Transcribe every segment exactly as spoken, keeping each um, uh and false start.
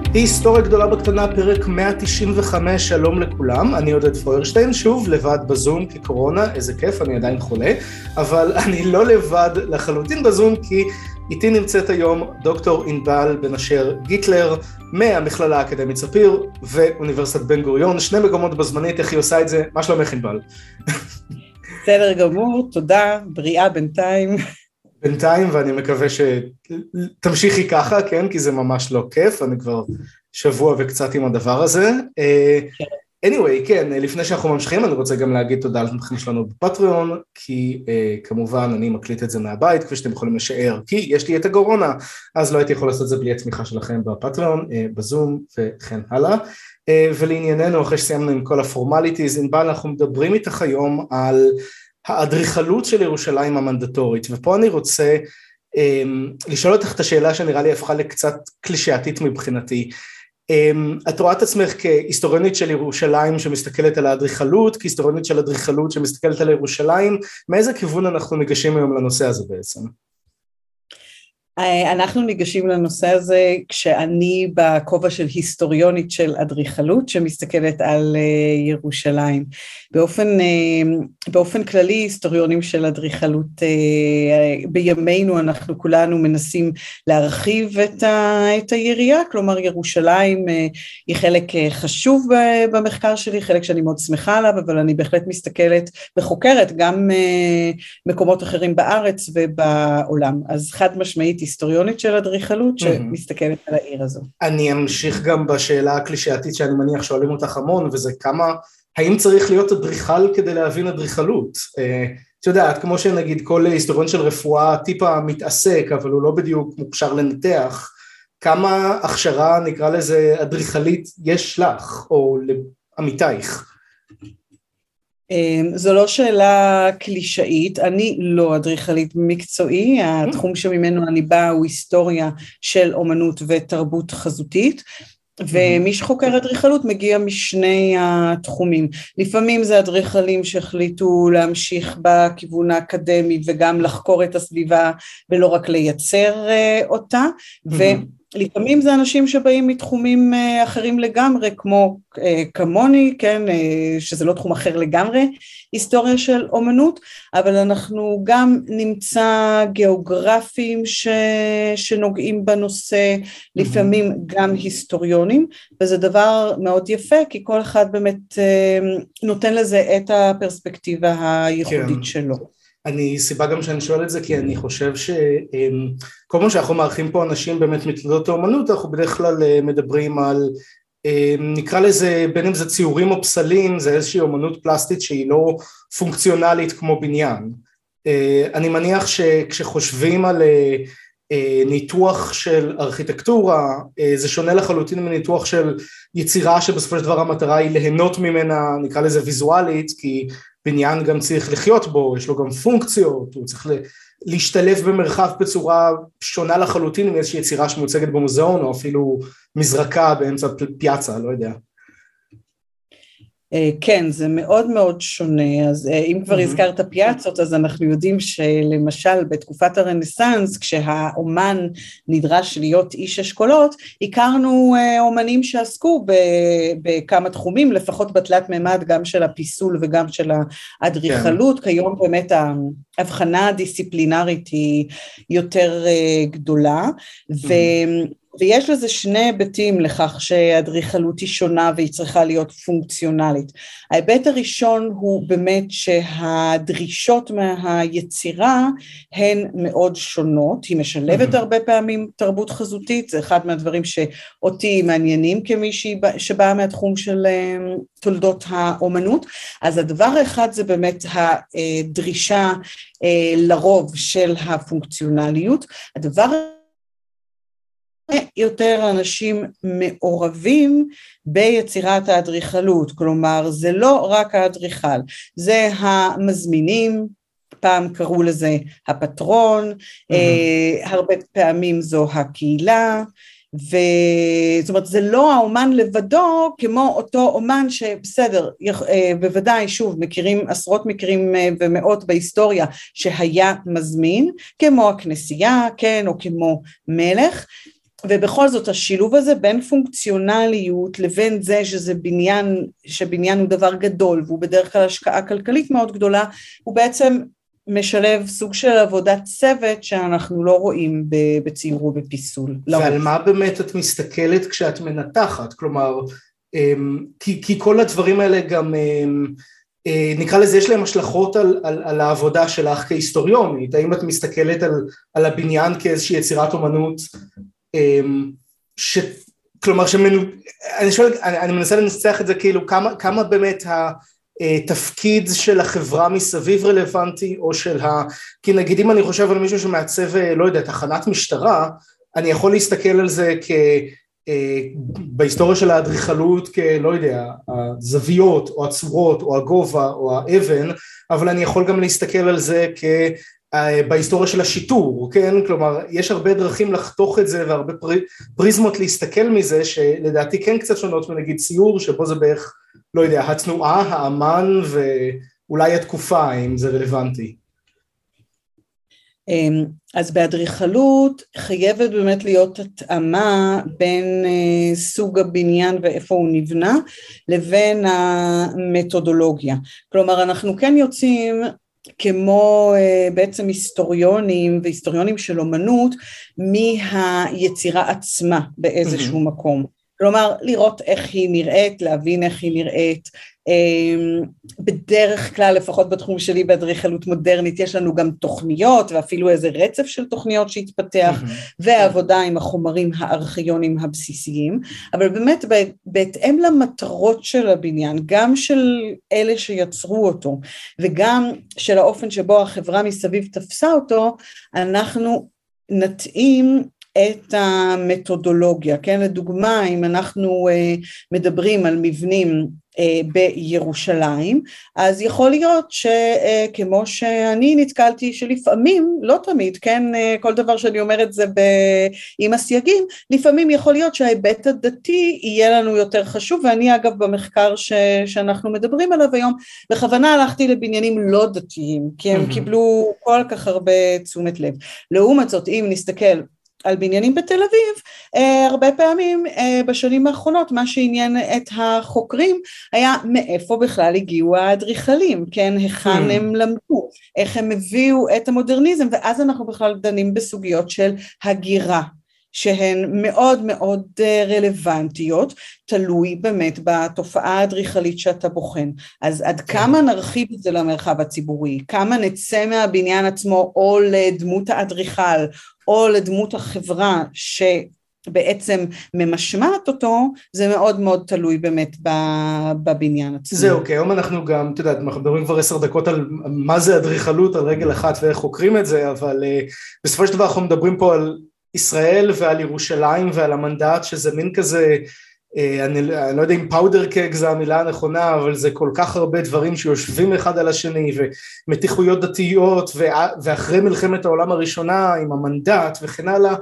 היסטוריה גדולה בקטנה, פרק מאה תשעים וחמש, שלום לכולם, אני עודד פוירשטיין, שוב לבד בזום כי קורונה, איזה כיף, אני עדיין חולה, אבל אני לא לבד לחלוטין בזום כי איתי נמצאת היום דוקטור ענבל בן אשר גיטלר, מהמכללה האקדמית ספיר ואוניברסיטת בן גוריון, שני מקומות בזמנית, איך היא עושה את זה? מה שלומך ענבל? בסדר גמור, תודה, בריאה בינתיים. בינתיים, ואני מקווה שתמשיכי ככה, כן? כי זה ממש לא כיף, אני כבר שבוע וקצת עם הדבר הזה. anyway, כן, לפני שאנחנו ממשיכים, אני רוצה גם להגיד תודה לתמיכים שלנו בפטריון, כי כמובן אני מקליט את זה מהבית, כפי שאתם יכולים לשער, כי יש לי את הקורונה, אז לא הייתי יכול לעשות את זה בלי התמיכה שלכם בפטריון, בזום וכן הלאה. ולענייננו, אחרי שסיימנו עם כל הפורמליטיז, ענבל, אנחנו מדברים איתך היום על האדריכלות של ירושלים המנדטורית, ופה אני רוצה um, לשאול אותך את השאלה שנראה לי הפכה לקצת קלישאתית מבחינתי. Um, את רואה את עצמך כהיסטוריונית של ירושלים שמסתכלת על האדריכלות, כהיסטוריונית של אדריכלות שמסתכלת על ירושלים, מאיזה כיוון אנחנו ניגשים היום לנושא הזה בעצם? אנחנו ניגשים לנושא הזה כשאני בכובע של היסטוריונית של אדריכלות שמסתכלת על ירושלים. באופן, באופן כללי היסטוריונים של אדריכלות בימינו אנחנו כולנו מנסים להרחיב את, ה, את היריעה, כלומר ירושלים היא חלק חשוב במחקר שלי, חלק שאני מאוד שמחה עליו, אבל אני בהחלט מסתכלת וחוקרת גם מקומות אחרים בארץ ובעולם. אז חד משמעית היסטוריונית של אדריכלות שמסתכלת על העיר הזו. אני אמשיך גם בשאלה הקלישאתית שאני מניח שואלים אותך המון, וזה כמה, האם צריך להיות אדריכל כדי להבין אדריכלות? את יודעת, כמו שנגיד כל היסטוריון של רפואה טיפה מתעסק, אבל הוא לא בדיוק מוכשר לנתח, כמה הכשרה נקרא לזה אדריכלית יש לך, או לעמיתייך? זו לא שאלה קלישאית, אני לא אדריכלית מקצועי, התחום שממנו אני באה הוא היסטוריה של אומנות ותרבות חזותית, ומי שחוקר אדריכלות מגיע משני התחומים, לפעמים זה אדריכלים שהחליטו להמשיך בכיוון האקדמי וגם לחקור את הסביבה ולא רק לייצר אותה, ו... לפעמים זה אנשים שבאים מתחומים אחרים לגמרי, כמו כמוני, כן, שזה לא תחום אחר לגמרי, היסטוריה של אומנות, אבל אנחנו גם נמצא גיאוגרפים ש... שנוגעים בנושא, לפעמים גם היסטוריונים, וזה דבר מאוד יפה, כי כל אחד באמת נותן לזה את הפרספקטיבה הייחודית כן. שלו. אני סיבה גם שאני שואל את זה, כי אני חושב שכל מה שאנחנו מארחים פה אנשים באמת מתלדות האומנות, אנחנו בדרך כלל מדברים על, נקרא לזה, בין אם זה ציורים או פסלים, זה איזושהי אומנות פלסטית שהיא לא פונקציונלית כמו בניין. אני מניח שכשחושבים על ניתוח של ארכיטקטורה, זה שונה לחלוטין מניתוח של יצירה שבסופו של דבר המטרה היא ליהנות ממנה, נקרא לזה ויזואלית, כי בניין גם צריך לחיות בו, יש לו גם פונקציות, הוא צריך להשתלב במרחב בצורה שונה לחלוטין עם איזושהי יצירה שמוצגת במוזיאון, או אפילו מזרקה באמצע פיאצה, לא יודע. כן, זה מאוד מאוד שונה, אז אם כבר הזכרת פיאצות, אז אנחנו יודעים שלמשל בתקופת הרנסנס, כשהאומן נדרש להיות איש אשכולות, הכרנו אומנים שעסקו בכמה תחומים, לפחות בתלת מימד גם של הפיסול וגם של האדריכלות, כיום באמת ההבחנה הדיסציפלינרית היא יותר גדולה, ו... ויש לזה שני היבטים לכך שהאדריכלות היא שונה והיא צריכה להיות פונקציונלית. ההיבט הראשון הוא באמת שהדרישות מהיצירה הן מאוד שונות, היא משלבת הרבה פעמים תרבות חזותית, זה אחד מהדברים שאותי מעניינים כמישהי שבאה מהתחום של תולדות האומנות, אז הדבר האחד זה באמת הדרישה לרוב של הפונקציונליות, הדבר יותר אנשים מעורבים ביצירת האדריכלות, כלומר זה לא רק האדריכל, זה המזמינים, פעם קראו לזה הפטרון, mm-hmm. הרבה פעמים זו הקהילה, וזאת אומרת זה לא האומן לבדו כמו אותו אומן שבסדר, בוודאי שוב מכירים עשרות מקרים ומאות בהיסטוריה שהיה מזמין, כמו הכנסייה, כן, או כמו מלך, ובכל זאת השילוב הזה בין פונקציונליות לבין זה שזה בניין, שבניין הוא דבר גדול, והוא בדרך כלל השקעה כלכלית מאוד גדולה, הוא בעצם משלב סוג של עבודת צוות שאנחנו לא רואים בציור ובפיסול. ועל מה באמת את מסתכלת כשאת מנתחת? כלומר, כי, כי כל הדברים האלה גם, נקרא לזה, יש להם השלכות על, על, על העבודה שלך כהיסטוריונית. האם את מסתכלת על, על הבניין כאיזושהי יצירת אומנות, ש, כלומר, שמנו, אני שואל, אני, אני מנסה לנסח את זה כאילו, כמה, כמה באמת התפקיד של החברה מסביב רלוונטי, או של ה... כי נגיד אם אני חושב על מישהו שמעצב, לא יודע, תחנת משטרה, אני יכול להסתכל על זה כ... בהיסטוריה של האדריכלות כלא יודע, הזוויות או הצורות או הגובה או האבן, אבל אני יכול גם להסתכל על זה כ... בהיסטוריה של השיטור, כן? כלומר, יש הרבה דרכים לחתוך את זה והרבה פריזמות להסתכל מזה, שלדעתי כן קצת שונות מנגיד ציור, שבו זה בערך, לא יודע, התנועה, האמן ואולי התקופה, אם זה רלוונטי. אז באדריכלות חייבת באמת להיות התאמה בין סוג הבניין ואיפה הוא נבנה, לבין המתודולוגיה. כלומר, אנחנו כן יוצאים כמו בעצם היסטוריונים והיסטוריונים של אומנות, מהיצירה עצמה באיזשהו מקום. כלומר, לראות איך היא נראית, להבין איך היא נראית, בדרך כלל, לפחות בתחום שלי באדריכלות מודרנית, יש לנו גם תוכניות, ואפילו איזה רצף של תוכניות שהתפתח, והעבודה עם החומרים הארכיונים הבסיסיים, אבל באמת בהתאם למטרות של הבניין, גם של אלה שיצרו אותו, וגם של האופן שבו החברה מסביב תפסה אותו, אנחנו נתאים את המתודולוגיה, כן? לדוגמה, אם אנחנו uh, מדברים על מבנים uh, בירושלים, אז יכול להיות שכמו uh, שאני נתקלתי שלפעמים, לא תמיד, כן? Uh, כל דבר שאני אומרת זה ב... עם הסייגים, לפעמים יכול להיות שההיבט הדתי יהיה לנו יותר חשוב, ואני אגב במחקר ש... שאנחנו מדברים עליו היום, בכוונה הלכתי לבניינים לא דתיים, כי הם mm-hmm. קיבלו כל כך הרבה תשומת לב. לעומת זאת, אם נסתכל על בניינים בתל אביב, הרבה פעמים בשנים האחרונות, מה שעניין את החוקרים, היה מאיפה בכלל הגיעו האדריכלים, כן, היכן הם למדו, איך הם הביאו את המודרניזם, ואז אנחנו בכלל דנים בסוגיות של הגירה, שהן מאוד מאוד רלוונטיות, תלוי באמת בתופעה האדריכלית שאתה בוחן. אז עד כמה נרחיב את זה למרחב הציבורי, כמה נצא מהבניין עצמו, או לדמות האדריכל, או לדמות החברה שבעצם ממשמעת אותו, זה מאוד מאוד תלוי באמת בבניין עצמו. זה אוקיי, היום אנחנו גם, אתה יודע, אנחנו מדברים כבר עשר דקות על מה זה אדריכלות, על רגל אחת ואיך חוקרים את זה, אבל uh, בסופו של דבר אנחנו מדברים פה על ישראל ועל ירושלים ועל המנדט, שזה מין כזה, אני, אני לא יודע אם פאודר קג זה המילה הנכונה, אבל זה כל כך הרבה דברים שיושבים אחד על השני, ומתיחויות דתיות, ואחרי מלחמת העולם הראשונה עם המנדט וכן הלאה,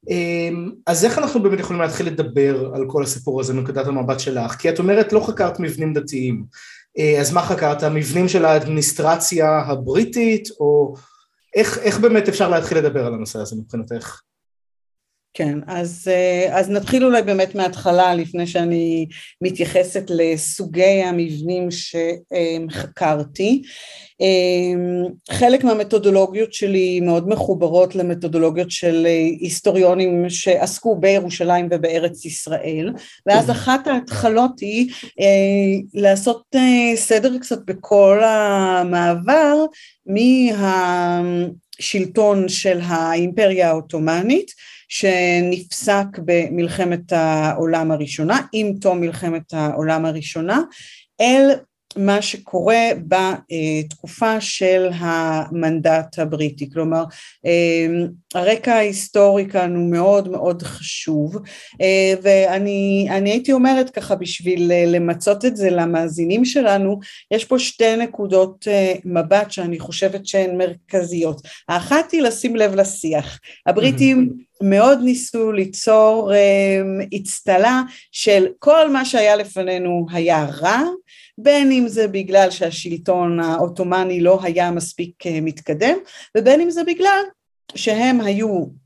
אז איך אנחנו באמת יכולים להתחיל לדבר על כל הסיפור הזה מנקודת המבט שלך? כי את אומרת לא חקרת מבנים דתיים, אז מה חקרת? המבנים של האדמיניסטרציה הבריטית, או איך, איך באמת אפשר להתחיל לדבר על הנושא הזה מבחינתך? כן, אז, אז נתחיל אולי באמת מההתחלה, לפני שאני מתייחסת לסוגי המבנים שחקרתי. חלק מהמתודולוגיות שלי מאוד מחוברות למתודולוגיות של היסטוריונים שעסקו בירושלים ובארץ ישראל, ואז אחת ההתחלות היא לעשות סדר קצת בכל המעבר מהשלטון של האימפריה האוטומנית, שנפסק במלחמת העולם הראשונה, עם תום מלחמת העולם הראשונה, אל מה שקורה בתקופה של המנדט הבריטי. כלומר, הרקע ההיסטורי כאן הוא מאוד מאוד חשוב, ואני אני הייתי אומרת ככה, בשביל למצות את זה למאזינים שלנו, יש פה שתי נקודות מבט שאני חושבת שהן מרכזיות. האחת היא לשים לב לשיח. הבריטים מאוד ניסו ליצור הצטלה של כל מה שהיה לפנינו היה רע, בין אם זה בגלל שהשלטון האוטומני לא היה מספיק מתקדם, ובין אם זה בגלל שהם היו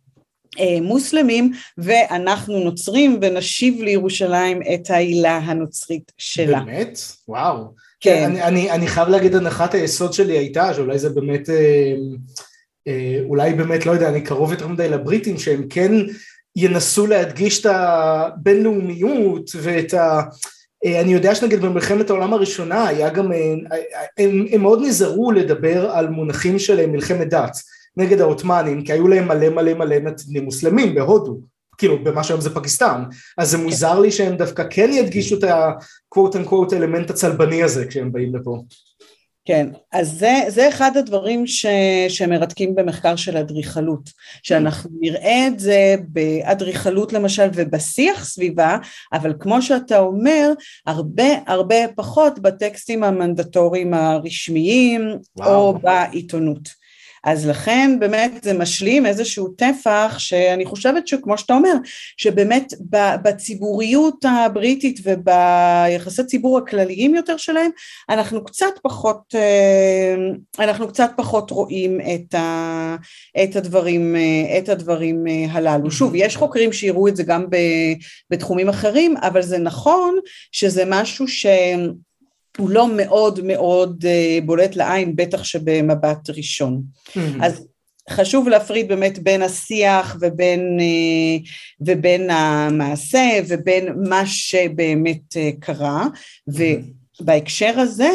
מוסלמים, ואנחנו נוצרים ונשיב לירושלים את העילה הנוצרית שלה. באמת? וואו. כן. אני, אני, אני חייב להגיד, הנחת היסוד שלי הייתה, שאולי זה באמת, אה, אה, אולי באמת, לא יודע, אני קרוב יותר מדי לבריטים, שהם כן ינסו להדגיש את הבינלאומיות, ואת ה... אני יודע שנגיד במלחמת העולם הראשונה, היה גם, הם, הם מאוד נזהרו לדבר על מונחים של מלחמת דת, נגד העות'מאנים, כי היו להם מלא מלא מלא נתינים מוסלמים בהודו, כאילו במה שהיום זה פקיסטן, אז זה מוזר לי שהם דווקא כן ידגישו את ה-quote unquote אלמנט הצלבני הזה כשהם באים לפה. כן, אז זה, זה אחד הדברים ש, שמרתקים במחקר של אדריכלות, שאנחנו נראה את זה באדריכלות למשל ובשיח סביבה, אבל כמו שאתה אומר, הרבה הרבה פחות בטקסטים המנדטוריים הרשמיים, וואו. או בעיתונות. אז לכן באמת זה משלים איזשהו טפח שאני חושבת שכמו שאתה אומר, שבאמת בציבוריות הבריטית וביחסי ציבור הכלליים יותר שלהם, אנחנו קצת פחות, אנחנו קצת פחות רואים את, ה, את, הדברים, את הדברים הללו. שוב, יש חוקרים שיראו את זה גם בתחומים אחרים, אבל זה נכון שזה משהו ש... הוא לא מאוד מאוד בולט לעין, בטח שבמבט ראשון. Mm-hmm. אז חשוב להפריד באמת בין השיח ובין, ובין המעשה ובין מה שבאמת קרה, ו... בהקשר הזה,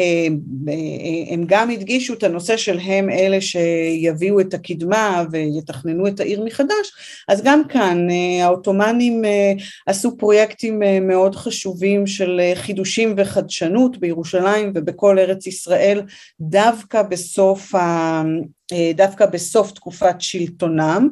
הם גם הדגישו את הנושא של הם אלה שיביאו את הקדמה ויתכננו את העיר מחדש, אז גם כאן העות'מאנים עשו פרויקטים מאוד חשובים של חידושים וחדשנות בירושלים ובכל ארץ ישראל, דווקא בסוף, דווקא בסוף תקופת שלטונם,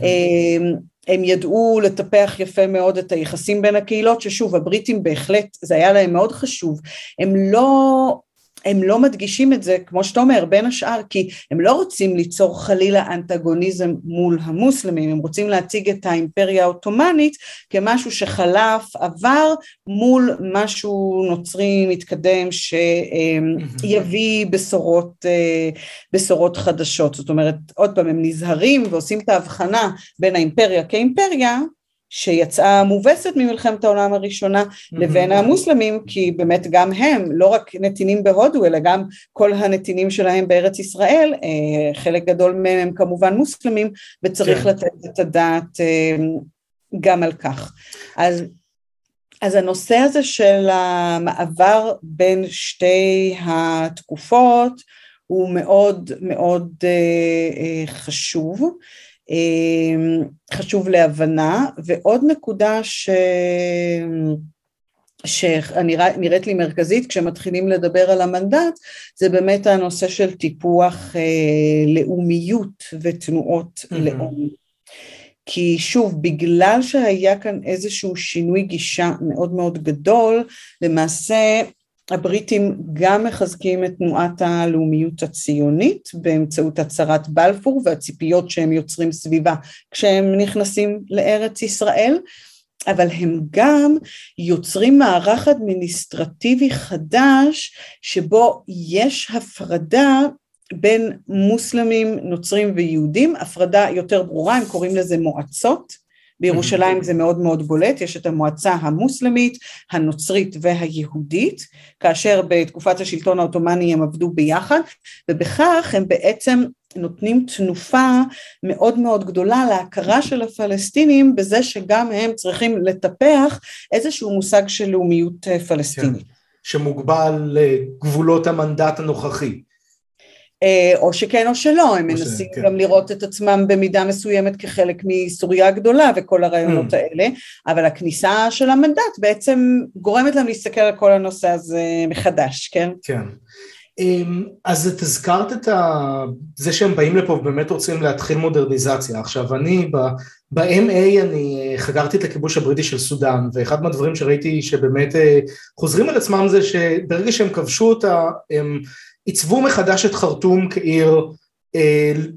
הם ידעו לטפח יפה מאוד את היחסים בין הקהילות, ששוב, הבריטים בהחלט, זה היה להם מאוד חשוב, הם לא, הם לא מדגישים את זה, כמו שאתה אומר, בין השאר, כי הם לא רוצים ליצור חלילה אנטגוניזם מול המוסלמים, הם רוצים להציג את האימפריה העות'מאנית, כמשהו שחלף, עבר, מול משהו נוצרי מתקדם, שיביא בשורות, בשורות חדשות, זאת אומרת, עוד פעם, הם נזהרים, ועושים את ההבחנה, בין האימפריה כאימפריה, שיצאה מובסת ממלחמת העולם הראשונה לבין המוסלמים, כי באמת גם הם, לא רק נתינים בהודו, אלא גם כל הנתינים שלהם בארץ ישראל, חלק גדול מהם הם כמובן מוסלמים, וצריך לתת את הדעת גם על כך. אז, אז הנושא הזה של המעבר בין שתי התקופות, הוא מאוד מאוד חשוב, חשוב להבנה, ועוד נקודה ש... שנראית לי מרכזית כשמתחילים לדבר על המנדט, זה באמת הנושא של טיפוח לאומיות ותנועות לאום. כי שוב, בגלל שהיה כאן איזשהו שינוי גישה מאוד מאוד גדול, למעשה הבריטים גם מחזקים את תנועת הלאומיות הציונית, באמצעות הצהרת בלפור והציפיות שהם יוצרים סביבה, כשהם נכנסים לארץ ישראל, אבל הם גם יוצרים מערך אדמיניסטרטיבי חדש, שבו יש הפרדה בין מוסלמים, נוצרים ויהודים, הפרדה יותר ברורה, הם קוראים לזה מועצות, בירושלים זה מאוד מאוד בולט, יש את המועצה המוסלמית, הנוצרית והיהודית, כאשר בתקופת השלטון העות'מאני הם עבדו ביחד, ובכך הם בעצם נותנים תנופה מאוד מאוד גדולה להכרה של הפלסטינים, בזה שגם הם צריכים לטפח איזשהו מושג של לאומיות פלסטינית. כן, שמוגבל לגבולות המנדט הנוכחי. או שכן או שלא, הם מנסים כן. גם לראות את עצמם במידה מסוימת כחלק מסוריה הגדולה וכל הרעיונות mm. האלה, אבל הכניסה של המנדט בעצם גורמת להם להסתכל על כל הנושא הזה מחדש, כן? כן. אז את הזכרת את ה... זה שהם באים לפה ובאמת רוצים להתחיל מודרניזציה. עכשיו אני ב-אם איי אני חגרתי את הכיבוש הבריטי של סודן, ואחד מהדברים שראיתי שבאמת חוזרים על עצמם זה שברגע שהם כבשו אותה, הם עיצבו מחדש את חרטום כעיר,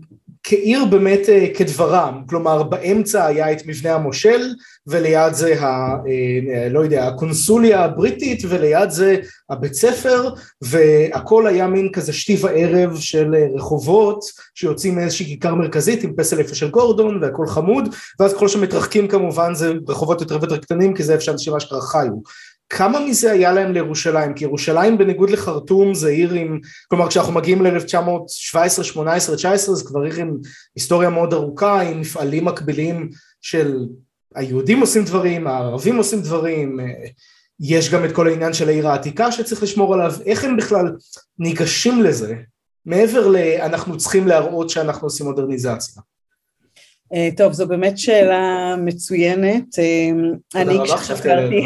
כעיר באמת כדברם, כלומר באמצע היה את מבנה המושל, וליד זה, ה, לא יודע, הקונסוליה הבריטית, וליד זה הבית ספר, והכל היה מין כזה שתי וערב של רחובות, שיוצאים מאיזושהי כיכר מרכזית, עם פסל יפה של גורדון, והכל חמוד, ואז כל שמתרחקים כמובן זה רחובות יותר ויותר קטנים, כי זה איפה שאנשים אשכרה חיו. כמה מזה היה להם לירושלים? כי ירושלים בניגוד לחרטום זה עיר עם, כלומר כשאנחנו מגיעים ל-אלף תשע מאות שבע עשרה, שמונה עשרה, תשע עשרה, זה כבר עיר עם היסטוריה מאוד ארוכה, עם מפעלים מקבילים של היהודים עושים דברים, הערבים עושים דברים, יש גם את כל העניין של העיר העתיקה שצריך לשמור עליו, איך הם בכלל ניגשים לזה? מעבר לאנחנו צריכים להראות שאנחנו עושים מודרניזציה. טוב, זו באמת שאלה מצוינת. אני כשחקרתי...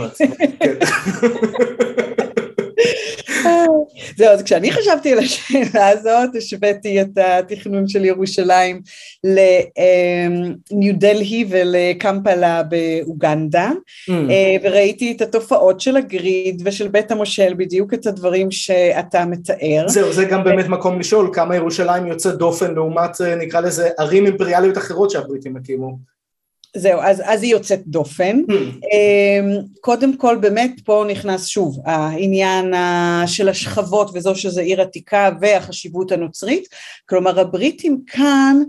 זהו, אז כשאני חשבתי על השאלה הזאת, השוויתי את התכנון של ירושלים לניו דלהי ולקמפלה באוגנדה, וראיתי את התופעות של הגריד ושל בית המושל, בדיוק את הדברים שאתה מתאר. זהו, זה גם באמת מקום לשאול, כמה ירושלים יוצא דופן לעומת, נקרא לזה, ערים אימפריאליות אחרות שהבריטים הקימו. זהו, אז, אז היא יוצאת דופן. קודם כל, באמת, פה נכנס שוב, העניין של השכבות, וזו שזה עיר עתיקה, והחשיבות הנוצרית. כלומר, הבריטים כאן,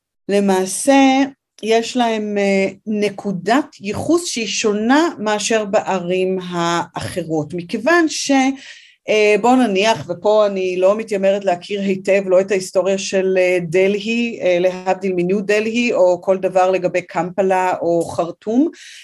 למעשה, יש להם נקודת ייחוס שהיא שונה מאשר בערים האחרות, מכיוון ש... בוא נניח, ופה אני לא מתיימרת להכיר היטב לא את ההיסטוריה של דלהי, להבדיל מניו דלהי, או כל דבר לגבי קמפלה או חרטום,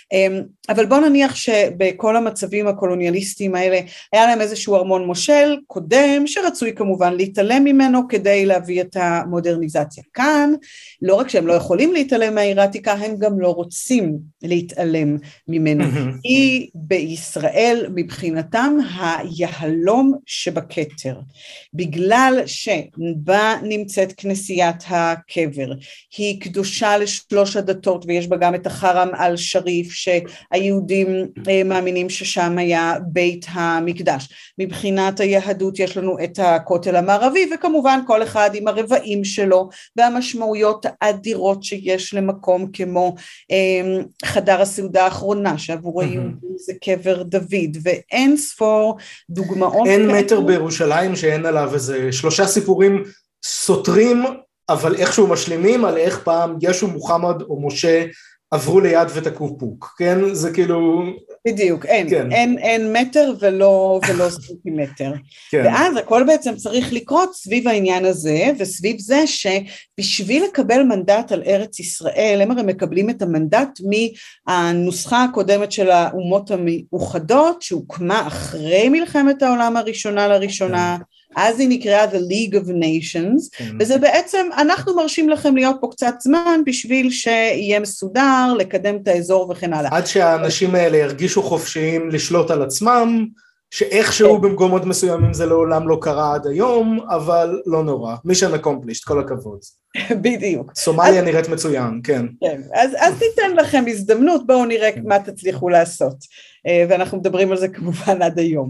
אבל בוא נניח שבכל המצבים הקולוניאליסטיים האלה, היה להם איזשהו ארמון מושל קודם, שרצוי כמובן להתעלם ממנו, כדי להביא את המודרניזציה. כאן, לא רק שהם לא יכולים להתעלם מהעיר העתיקה, הם גם לא רוצים להתעלם ממנו. היא בישראל, מבחינתם, היהלום שבכתר, בגלל שבה נמצאת כנסיית הקבר, היא קדושה לשלוש הדתות, ויש בה גם את החרם על שריף, שהיהודים מאמינים ששם היה בית המקדש. מבחינת היהדות יש לנו את הכותל המערבי, וכמובן כל אחד עם הרבעים שלו, והמשמעויות האדירות שיש למקום כמו אה, חדר הסעודה האחרונה, שעבור היהודים זה קבר דוד, ואין ספור דוגמאות. אין מטר בירושלים שאין עליו איזה שלושה סיפורים סותרים, אבל איכשהו משלימים על איך פעם ישו, מוחמד או משה עברו ליד ותקעו פוק, כן? זה כאילו... בדיוק, אין, כן. אין, אין מטר ולא, ולא סנטימטר. כן. ואז הכל בעצם צריך לקרות סביב העניין הזה, וסביב זה שבשביל לקבל מנדט על ארץ ישראל, הם הרי מקבלים את המנדט מהנוסחה הקודמת של האומות המאוחדות, שהוקמה אחרי מלחמת העולם הראשונה לראשונה, כן. אז היא נקראה The League of Nations, כן. וזה בעצם, אנחנו מרשים לכם להיות פה קצת זמן, בשביל שיהיה מסודר, לקדם את האזור וכן הלאה. עד שהאנשים האלה ירגישו חופשיים לשלוט על עצמם, שאיכשהו כן. במקומות מסוימים זה לעולם לא קרה עד היום, אבל לא נורא, mission accomplished, כל הכבוד. בדיוק. סומליה אז, נראית מצוין, כן. כן. אז, אז ניתן לכם הזדמנות, בואו נראה כן. מה תצליחו לעשות, ואנחנו מדברים על זה כמובן עד היום.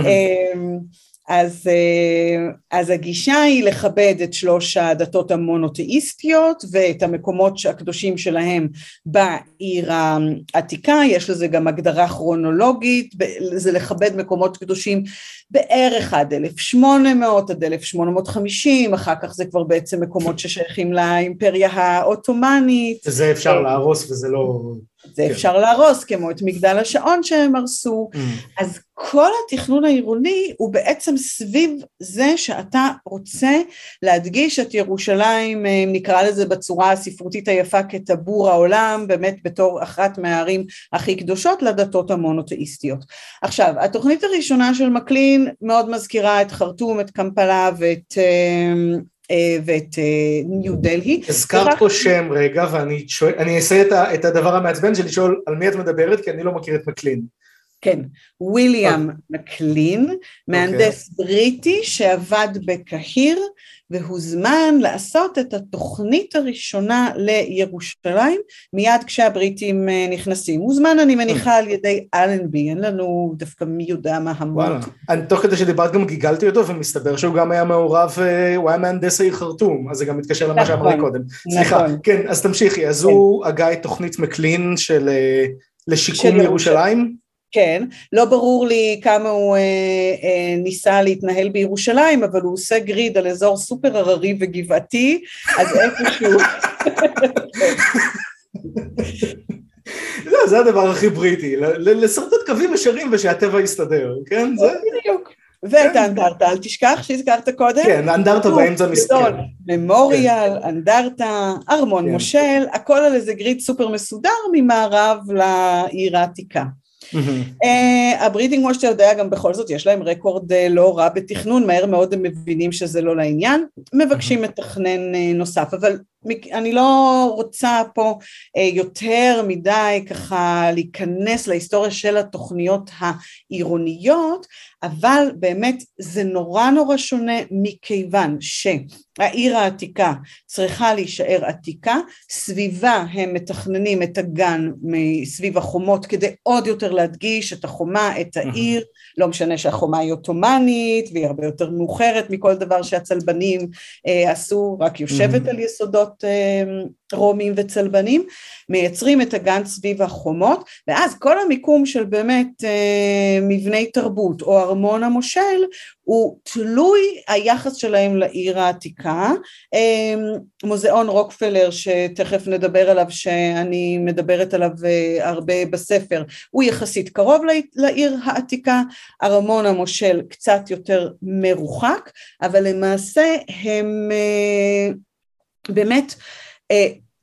אז, אז הגישה היא לכבד את שלוש הדתות המונותאיסטיות ואת המקומות הקדושים שלהם בעיר העתיקה, יש לזה גם הגדרה כרונולוגית, זה לכבד מקומות קדושים בערך עד אלף שמונה מאות עד אלף שמונה מאות וחמישים, אחר כך זה כבר בעצם מקומות ששייכים לאימפריה העות'מאנית. זה אפשר להרוס וזה לא... זה כן. אפשר להרוס, כמו את מגדל השעון שהם הרסו, mm. אז כל התכנון העירוני הוא בעצם סביב זה שאתה רוצה להדגיש את ירושלים, נקרא לזה בצורה הספרותית היפה כטבור העולם, באמת בתור אחת מהערים הכי קדושות לדתות המונותאיסטיות. עכשיו, התוכנית הראשונה של מקלין מאוד מזכירה את חרטום, את קמפלה ואת... ואת ניו דלהי. הזכרת פה שם רגע, ואני שואל, אני אעשה את הדבר המעצבן שלי, לשאול על מי את מדברת, כי אני לא מכיר את מקלין. כן, וויליאם מקלין, מהנדס בריטי שעבד בקהיר, והוזמן לעשות את התוכנית הראשונה לירושלים, מיד כשהבריטים נכנסים. הוזמן אני מניחה על ידי אלנבי, אין לנו דווקא מי יודע מה המות. וואלה, תוך כדי שדיברת גם גיגלתי אותו, ומסתבר שהוא גם היה מעורב, הוא היה מהנדס העיר חרטום, אז זה גם מתקשר למה שאמרי קודם. סליחה, כן, אז תמשיכי, אז הוא הגה את תוכנית מקלין של לשיקום ירושלים? כן, לא ברור לי כמה הוא אה, אה, ניסה להתנהל בירושלים, אבל הוא עושה גריד על אזור סופר הררי וגבעתי, אז איפשהו... לא, זה הדבר הכי בריטי, לסרטט קווים ישרים ושהטבע יסתדר, כן? זה... בדיוק. ואת האנדרטה, אל תשכח שהזכרת קודם. כן, האנדרטה באמצע מסתכל. ממוריאל, אנדרטה, ארמון מושל, הכל על איזה גריד סופר מסודר ממערב לעיר העתיקה. הבריטים, כמו שאתה יודע, גם בכל זאת יש להם רקורד לא רע בתכנון, מהר מאוד הם מבינים שזה לא לעניין, מבקשים מתכנן נוסף, אבל אני לא רוצה פה יותר מדי ככה להיכנס להיסטוריה של התוכניות העירוניות, אבל באמת זה נורא נורא שונה מכיוון שהעיר העתיקה צריכה להישאר עתיקה, סביבה הם מתכננים את הגן מסביב החומות כדי עוד יותר להדגיש את החומה, את העיר, לא משנה שהחומה היא אוטומנית והיא הרבה יותר מאוחרת מכל דבר שהצלבנים אה, עשו, רק יושבת על יסודות אה, רומים וצלבנים, מייצרים את הגן סביב החומות, ואז כל המיקום של באמת אה, מבני תרבות או ארמון המושל, הוא תלוי היחס שלהם לעיר העתיקה. אה, מוזיאון רוקפלר שתכף נדבר עליו, שאני מדברת עליו אה, הרבה בספר, הוא יחסית קרוב לעיר העתיקה, ארמון המושל קצת יותר מרוחק, אבל למעשה הם אה, באמת אה,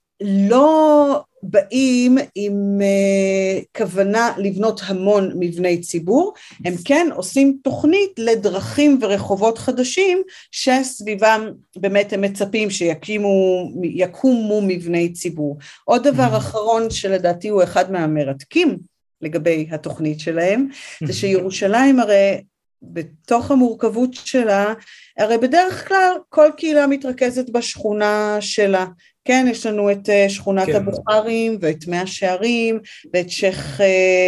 לא באים עם uh, כוונה לבנות המון מבני ציבור, הם כן עושים תוכנית לדרכים ורחובות חדשים, שסביבם באמת הם מצפים שיקימו, יקומו מבני ציבור. עוד דבר אחרון שלדעתי הוא אחד מהמרתקים לגבי התוכנית שלהם, זה שירושלים הרי בתוך המורכבות שלה, הרי בדרך כלל כל קהילה מתרכזת בשכונה שלה, כן, יש לנו את שכונת כן. הבוכרים ואת מאה שערים ואת שייח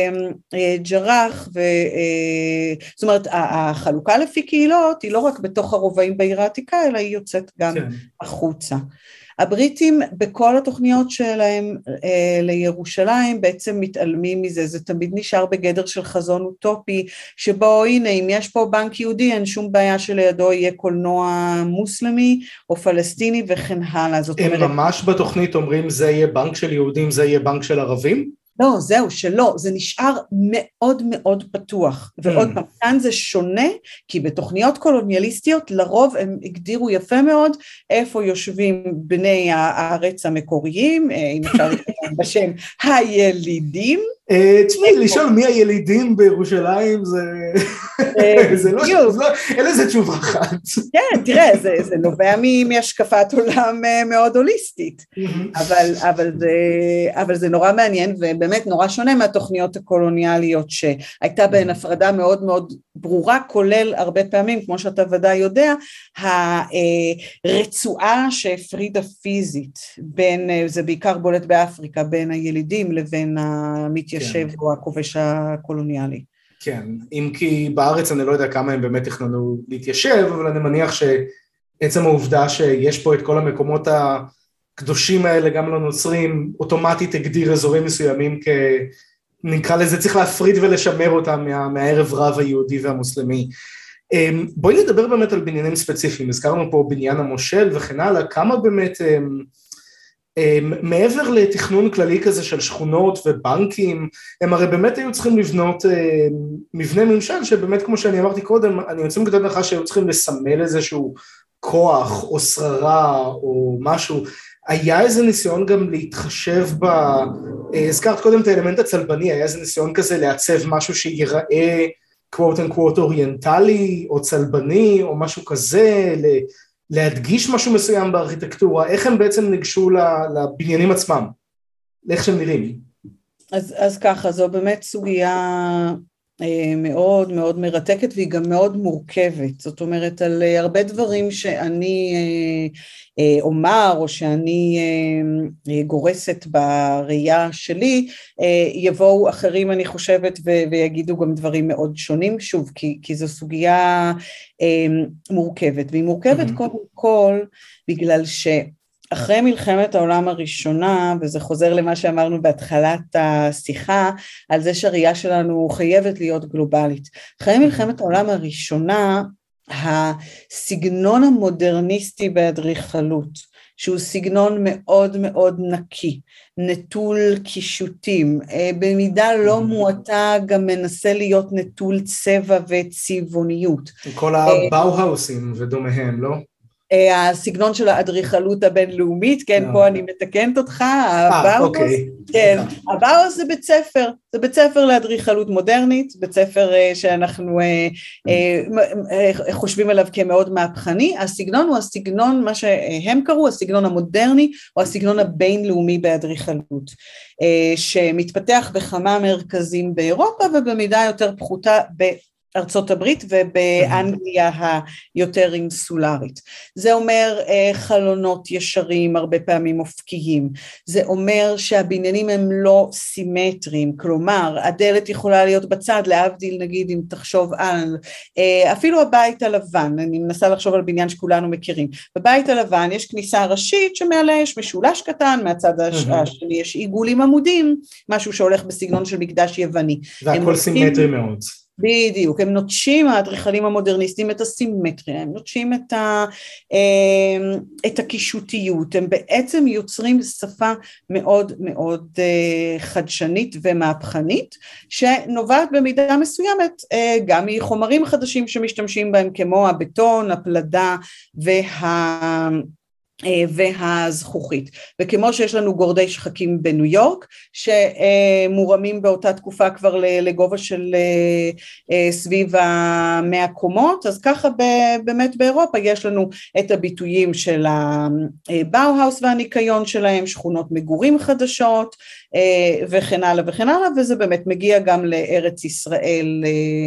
ג'רח, ו, זאת אומרת החלוקה לפי קהילות היא לא רק בתוך הרובעים בעיר העתיקה, אלא היא יוצאת גם כן. החוצה. הבריטים בכל התוכניות שלהם אה, לירושלים בעצם מתעלמים מזה, זה תמיד נשאר בגדר של חזון אוטופי, שבו הנה אם יש פה בנק יהודי אין שום בעיה שלידו יהיה קולנוע מוסלמי או פלסטיני וכן הלאה. זאת הם אומרת, ממש בתוכנית אומרים זה יהיה בנק של יהודים, זה יהיה בנק של ערבים? לא, זהו, שלא, זה נשאר מאוד מאוד פתוח, ועוד פעם, כאן זה שונה, כי בתוכניות קולוניאליסטיות, לרוב הם הגדירו יפה מאוד, איפה יושבים בני הארץ המקוריים, אם אפשר לקרוא בשם, הילידים. תשמעי, לשאול מי הילידים בירושלים, זה לא, אין לזה תשובה אחת. כן, תראה, זה נובע מהשקפת עולם מאוד הוליסטית, אבל זה נורא מעניין, ובאמת נורא שונה מהתוכניות הקולוניאליות, שהייתה בהן הפרדה מאוד מאוד ברורה, כולל הרבה פעמים, כמו שאתה ודאי יודע, הרצועה שהפרידה פיזית, בין, זה בעיקר בולט באפריקה, בין הילידים לבין המתיישב או הכובש הקולוניאלי. כן, אם כי בארץ אני לא יודע כמה הם באמת תכננו להתיישב, אבל אני מניח שעצם העובדה שיש פה את כל המקומות הקדושים האלה, גם לנוצרים, אוטומטית הגדיר אזורים מסוימים כ... נקרא לזה, צריך להפריד ולשמר אותם מה, מהערב רב היהודי והמוסלמי. בואי נדבר באמת על בניינים ספציפיים, הזכרנו פה בניין המושל וכן הלאה, כמה באמת... מעבר לתכנון כללי כזה של שכונות ובנקים, הם הרי באמת היו צריכים לבנות מבנה ממשל, שבאמת כמו שאני אמרתי קודם, אני יוצא מגדול לך שהיו צריכים לסמל איזשהו כוח או שררה או משהו, היה איזה ניסיון גם להתחשב ב... הזכרת קודם את האלמנט הצלבני, היה איזה ניסיון כזה לעצב משהו שיראה קוואט אנקוואט אוריינטלי או צלבני או משהו כזה, ל... להדגיש משהו מסוים בארכיטקטורה, איך הם בעצם ניגשו לבניינים עצמם, איך שהם נראים? אז, אז ככה, זו באמת סוגיה מאוד מאוד מרתקת, והיא גם מאוד מורכבת, זאת אומרת, על הרבה דברים שאני אומר, או שאני גורסת בראייה שלי, יבואו אחרים, אני חושבת, ויגידו גם דברים מאוד שונים, שוב, כי, כי זו סוגיה מורכבת, והיא מורכבת קודם כל, בגלל ש... אחרי מלחמת העולם הראשונה, וזה חוזר למה שאמרנו בהתחלת השיחה, על זה שהראייה שלנו חייבת להיות גלובלית. אחרי מלחמת העולם הראשונה, הסגנון המודרניסטי באדריכלות, שהוא סגנון מאוד מאוד נקי, נטול קישוטים, במידה לא מועטה גם מנסה להיות נטול צבע וצבעוניות. כל הבאו-האוסים ודומיהם, לא? הסגנון של האדריכלות הבינלאומית, כן, פה אני מתקנת אותך, הבאוס, כן, הבאוס זה בית ספר, זה בית ספר לאדריכלות מודרנית, בית ספר שאנחנו חושבים עליו כמאוד מהפכני, הסגנון הוא הסגנון, מה שהם קראו, הסגנון המודרני, או הסגנון הבינלאומי באדריכלות, שמתפתח בכמה מרכזים באירופה, ובמידה יותר פחותה ב... ארצות הברית ובאנגליה היותר אינסולרית. זה אומר חלונות ישרים, הרבה פעמים אופקיים. זה אומר שהבניינים הם לא סימטריים, כלומר, הדלת יכולה להיות בצד, להבדיל נגיד אם תחשוב על, אפילו הבית הלבן, אני מנסה לחשוב על בניין שכולנו מכירים. בבית הלבן יש כניסה ראשית שמעלה יש משולש קטן, מהצד השני יש עיגולים עמודים, משהו שהולך בסגנון של מקדש יווני. והכל סימטרי מאוד. בדיוק, הם נוטשים, האדריכלים המודרניסטים, את הסימטריה, הם נוטשים את, ה, את הקישוטיות, הם בעצם יוצרים שפה מאוד מאוד חדשנית ומהפכנית, שנובעת במידה מסוימת גם מחומרים חדשים שמשתמשים בהם, כמו הבטון, הפלדה וה... והזכוכית, וכמו שיש לנו גורדי שחקים בניו יורק, שמורמים באותה תקופה כבר לגובה של סביב המאה קומות, אז ככה באמת באירופה יש לנו את הביטויים של הבאו-האוס והניקיון שלהם, שכונות מגורים חדשות, וכן הלאה וכן הלאה, וזה באמת מגיע גם לארץ ישראל,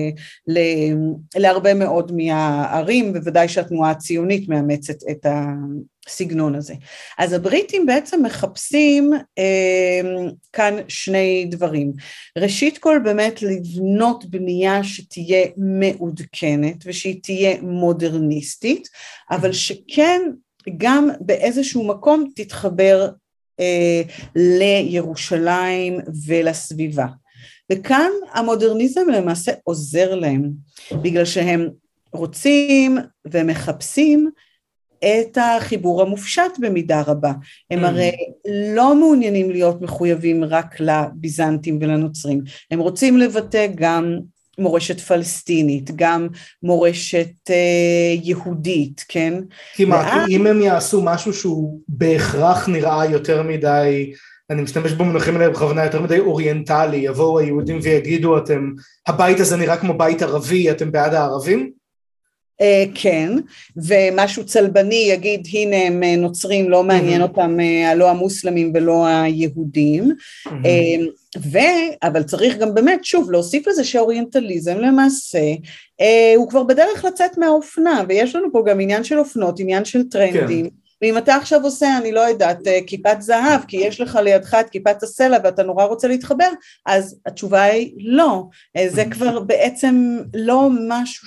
להרבה מאוד מהערים, בוודאי שהתנועה הציונית מאמצת את ה... סגנון הזה. אז הבריטים בעצם מחפשים אה, כאן שני דברים. ראשית כל באמת לבנות בנייה שתהיה מעודכנת ושהיא תהיה מודרניסטית, אבל שכן גם באיזשהו מקום תתחבר אה, לירושלים ולסביבה. וכאן המודרניזם למעשה עוזר להם, בגלל שהם רוצים ומחפשים את החיבור המופשט במידה רבה. הם הרי לא מעוניינים להיות מחויבים רק לביזנטים ולנוצרים, הם רוצים לבטא גם מורשת פלסטינית, גם מורשת אה, יהודית, כן? כי מה, ואז... כי אם הם יעשו משהו שהוא בהכרח נראה יותר מדי, אני משתמש במונחים האלה בכוונה יותר מדי אוריינטלי, יבואו היהודים ויגידו, אתם, הבית הזה נראה כמו בית ערבי, אתם בעד הערבים? כן, ומשהו צלבני יגיד, הנה הם נוצרים, לא מעניין אותם, לא המוסלמים ולא היהודים, ו, אבל צריך גם באמת, שוב, להוסיף לזה שאוריינטליזם למעשה, הוא כבר בדרך לצאת מהאופנה, ויש לנו פה גם עניין של אופנות, עניין של טרנדים, ואם אתה עכשיו עושה, אני לא יודעת, כיפת זהב, כי יש לך לידך את כיפת הסלע, ואתה נורא רוצה להתחבר, אז התשובה היא לא, זה כבר בעצם לא משהו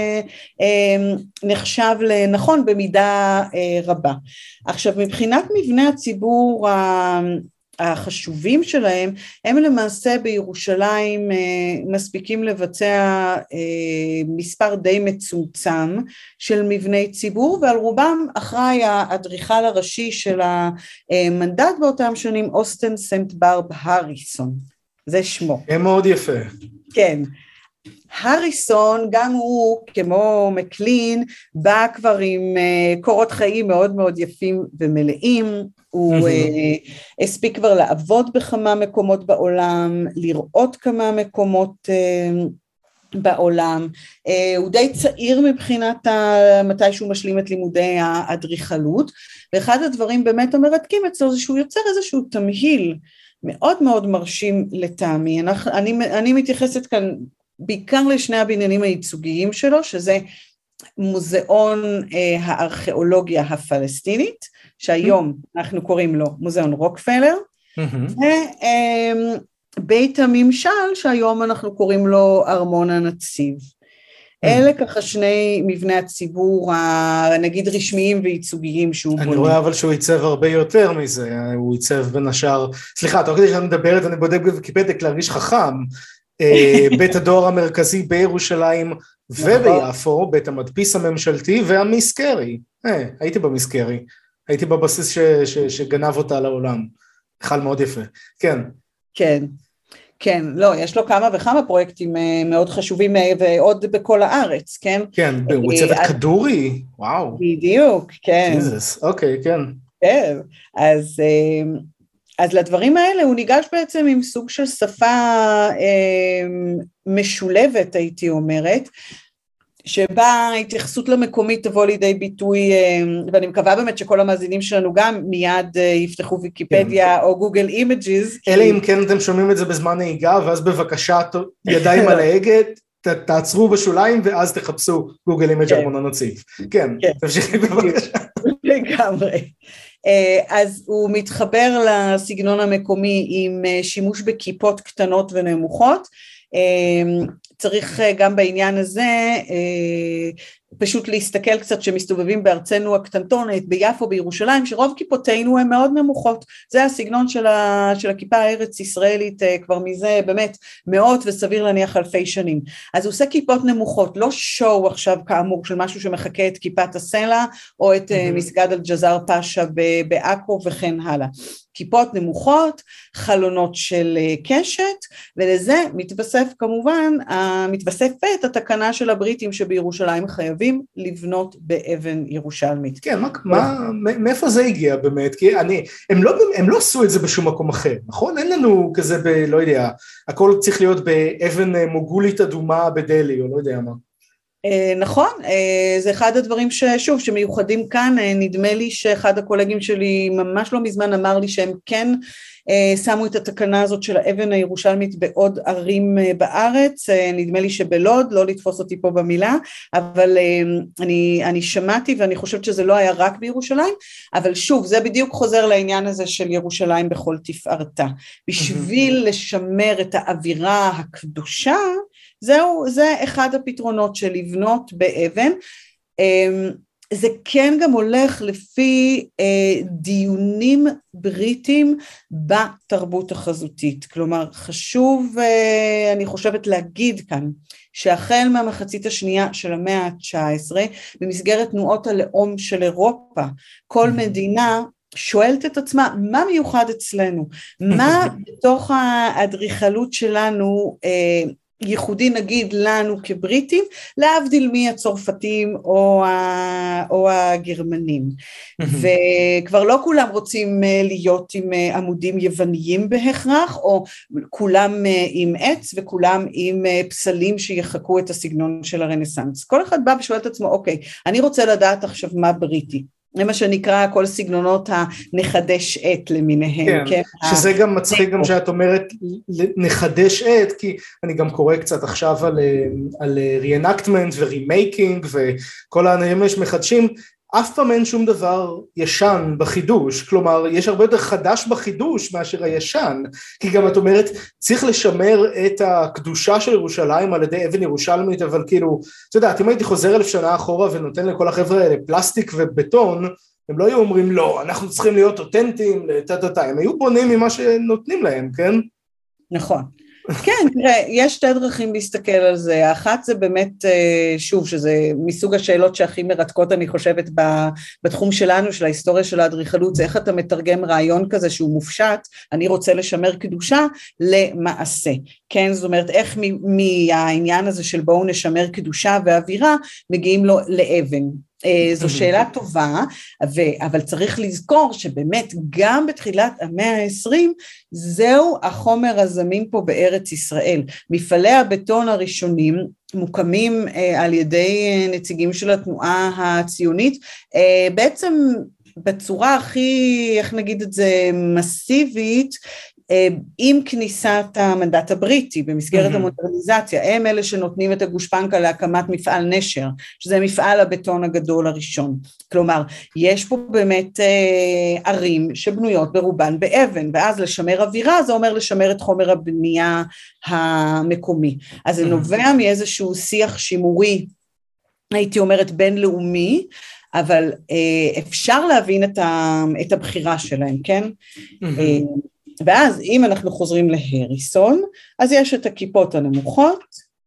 שנחשב לנכון במידה רבה. עכשיו, מבחינת מבנה הציבור החשובים שלהם, הם למעשה בירושלים מספיקים לבצע מספר די מצומצם של מבני ציבור, ועל רובם אחראי האדריכל הראשי של המנדט באותם שנים, אוסטן סנט ברב הריסון, זה שמו. זה מאוד יפה. כן. הריסון, גם הוא, כמו מקלין, בא כבר עם קורות חיים מאוד מאוד יפים ומלאים, הוא הספיק כבר לעבוד בכמה מקומות בעולם, לראות כמה מקומות בעולם, הוא די צעיר מבחינת מתי שהוא משלים את לימודי האדריכלות, ואחד הדברים באמת המרתקים אצלו זה שהוא יוצר איזשהו תמהיל מאוד מאוד מרשים לטעמי, אני, אני מתייחסת כאן בעיקר לשני הבניינים הייצוגיים שלו, שזה מוזיאון אה, הארכיאולוגיה הפלסטינית, שהיום mm-hmm. אנחנו קוראים לו מוזיאון רוקפלר, mm-hmm. ובית הממשל, שהיום אנחנו קוראים לו ארמון הנציב. Mm-hmm. אלה ככה שני מבני הציבור, נגיד רשמיים וייצוגיים שהוא אני בונה. אני רואה אבל שהוא ייצב הרבה יותר מזה, הוא ייצב בין השאר, סליחה, תוך כדי שאני מדברת, אני בודק בוויקיפדיה להרגיש חכם, בית הדואר המרכזי בירושלים וביפו, בית המדפיס הממשלתי והמיסקרי, אה, הייתי במיסקרי, הייתי בבסיס ש, ש, שגנב אותה לעולם, חל מאוד יפה, כן. כן, כן, לא, יש לו כמה וכמה פרויקטים מאוד חשובים ועוד בכל הארץ, כן? כן, הוא צוות כדורי, וואו. בדיוק, כן. ג'יזוס, אוקיי, כן. כן, אז... אז לדברים האלה הוא ניגש בעצם עם סוג של שפה אה, משולבת, הייתי אומרת, שבה ההתייחסות למקומית תבוא לידי ביטוי, אה, ואני מקווה באמת שכל המאזינים שלנו גם מיד אה, יפתחו ויקיפדיה כן. או גוגל אימג'יז. אלא כי... אם כן אתם שומעים את זה בזמן נהיגה, ואז בבקשה ידיים על ההגה, ת, תעצרו בשוליים ואז תחפשו גוגל אימג' ארמון הנציב. כן, כן. תמשיכי בבקשה. לגמרי. אז הוא מתחבר לסגנון המקומי עם שימוש בכיפות קטנות ונמוכות, צריך גם בעניין הזה פשוט להסתכל קצת שמסתובבים בארצנו הקטנטונת, ביפו, בירושלים, שרוב כיפותינו הן מאוד נמוכות, זה הסגנון של, ה, של הכיפה הארץ ישראלית כבר מזה באמת מאות וסביר להניח אלפי שנים, אז הוא עושה כיפות נמוכות, לא שואו עכשיו כאמור של משהו שמחכה את כיפת הסלע, או את mm-hmm. מסגד אל-ג'זר פאשה בעכו וכן הלאה, כיפות נמוכות, חלונות של קשת, ולזה מתווסף כמובן, מתווספת התקנה של הבריטים שבירושלים חייבים לבנות באבן ירושלמית. כן, מה, מה, מאיפה זה הגיע באמת? כי אני, הם לא, הם לא עשו את זה בשום מקום אחר, נכון? אין לנו כזה ב, לא יודע, הכל צריך להיות באבן מוגולית אדומה בדלי, או לא יודע מה. נכון, זה אחד הדברים ששוב, שמיוחדים כאן, נדמה לי שאחד הקולגים שלי ממש לא מזמן אמר לי שהם כן שמו את התקנה הזאת של האבן הירושלמית בעוד ערים בארץ, נדמה לי שבלוד, לא לתפוס אותי פה במילה, אבל אני, אני שמעתי ואני חושבת שזה לא היה רק בירושלים, אבל שוב, זה בדיוק חוזר לעניין הזה של ירושלים בכל תפארתה, בשביל לשמר את האווירה הקדושה, זהו, זה אחד הפתרונות של לבנות באבן, זה כן גם הולך לפי דיונים בריטים בתרבות החזותית, כלומר חשוב אני חושבת להגיד כאן, שהחל מהמחצית השנייה של המאה ה-תשע עשרה, במסגרת תנועות הלאום של אירופה, כל מדינה שואלת את עצמה, מה מיוחד אצלנו? מה בתוך האדריכלות שלנו ייחודי נגיד לנו כבריטים, להבדיל מהצרפתים או, ה, או הגרמנים, וכבר לא כולם רוצים להיות עם עמודים יווניים בהכרח, או כולם עם עץ וכולם עם פסלים שיחקו את הסגנון של הרנסנס, כל אחד בא ושואל את עצמו, אוקיי, אני רוצה לדעת עכשיו מה בריטי, זה מה שנקרא כל סגנונות הנחדש עת למיניהם. כן, כן שזה ה... גם מצחיק גם שאת אומרת נחדש עת, כי אני גם קורא קצת עכשיו על, על re-enactment ו-remaking וכל העניינים מחדשים, אף פעם אין שום דבר ישן בחידוש, כלומר יש הרבה יותר חדש בחידוש מאשר הישן, כי גם את אומרת צריך לשמר את הקדושה של ירושלים על ידי אבן ירושלמית, אבל כאילו, אתה יודעת, אם הייתי חוזר אלף שנה אחורה ונותן לכל החבר'ה האלה פלסטיק ובטון, הם לא היו אומרים לא, אנחנו צריכים להיות אותנטיים, לטטטה, הם היו בונים ממה שנותנים להם, כן? נכון. כן, תראה, יש שתי דרכים להסתכל על זה, האחת זה באמת, שוב, שזה מסוג השאלות שהכי מרתקות, אני חושבת, בתחום שלנו, של ההיסטוריה של האדריכלות, זה איך אתה מתרגם רעיון כזה שהוא מופשט, אני רוצה לשמר קדושה, למעשה, כן, זאת אומרת, איך מהעניין הזה של בואו נשמר קדושה ואווירה, מגיעים לו לאבן, זו שאלה טובה, אבל צריך לזכור שבאמת גם בתחילת המאה העשרים, זהו החומר הזמין פה בארץ ישראל. מפעלי הבטון הראשונים מוקמים על ידי נציגים של התנועה הציונית, בעצם בצורה הכי, איך נגיד את זה, מסיבית, עם כניסת המנדט הבריטי במסגרת mm-hmm. המודרניזציה, הם אלה שנותנים את הגושפנקה להקמת מפעל נשר, שזה מפעל הבטון הגדול הראשון. כלומר, יש פה באמת אה, ערים שבנויות ברובן באבן, ואז לשמר אווירה, זה אומר לשמר את חומר הבנייה המקומי. אז זה mm-hmm. נובע מאיזשהו שיח שימורי, הייתי אומרת בינלאומי, אבל אה, אפשר להבין את, ה, את הבחירה שלהם, כן? Mm-hmm. אה, ואז אם אנחנו חוזרים להריסון, אז יש את הכיפות הנמוכות,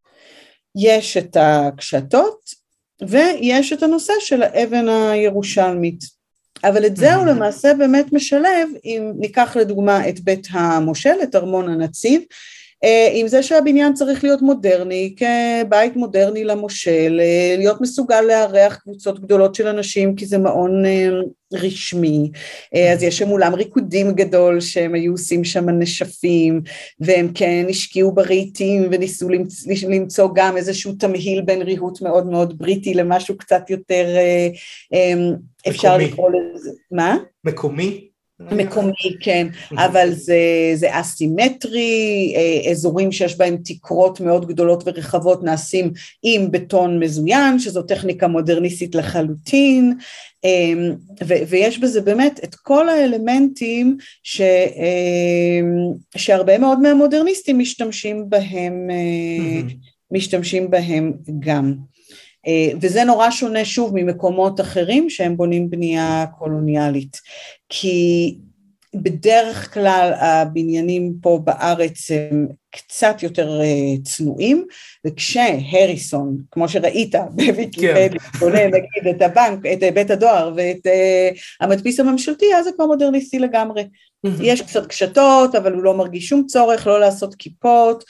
יש את הקשתות, ויש את הנושא של האבן הירושלמית. אבל את זה הוא למעשה באמת משלב, אם ניקח לדוגמה את בית המושל, את ארמון הנציב, עם זה שהבניין צריך להיות מודרני, כבית מודרני למושל, להיות מסוגל לארח קבוצות גדולות של אנשים, כי זה מעון רשמי, אז יש שם אולם ריקודים גדול, שהם היו עושים שם נשפים, והם כן השקיעו ברהיטים, וניסו למצוא גם איזשהו תמהיל בין ריהוט מאוד מאוד בריטי, למשהו קצת יותר, אפשר לקרוא לזה, מה? מקומי? מקומי, כן, אבל זה, זה אסימטרי, אזורים שיש בהם תקרות מאוד גדולות ורחבות נעשים עם בטון מזוין, שזו טכניקה מודרניסטית לחלוטין, ו- ויש בזה באמת את כל האלמנטים ש- שהרבה מאוד מהמודרניסטים משתמשים בהם, משתמשים בהם גם. וזה נורא שונה שוב ממקומות אחרים שהם בונים בנייה קולוניאלית, כי בדרך כלל הבניינים פה בארץ הם קצת יותר צנועים, וכשהריסון, כמו שראית בוויקיפדיה, בונה נגיד את הבנק, את בית הדואר ואת המדפיס הממשלתי, אז זה כבר מודרניסטי לגמרי. יש קצת קשתות, אבל הוא לא מרגיש שום צורך לא לעשות כיפות,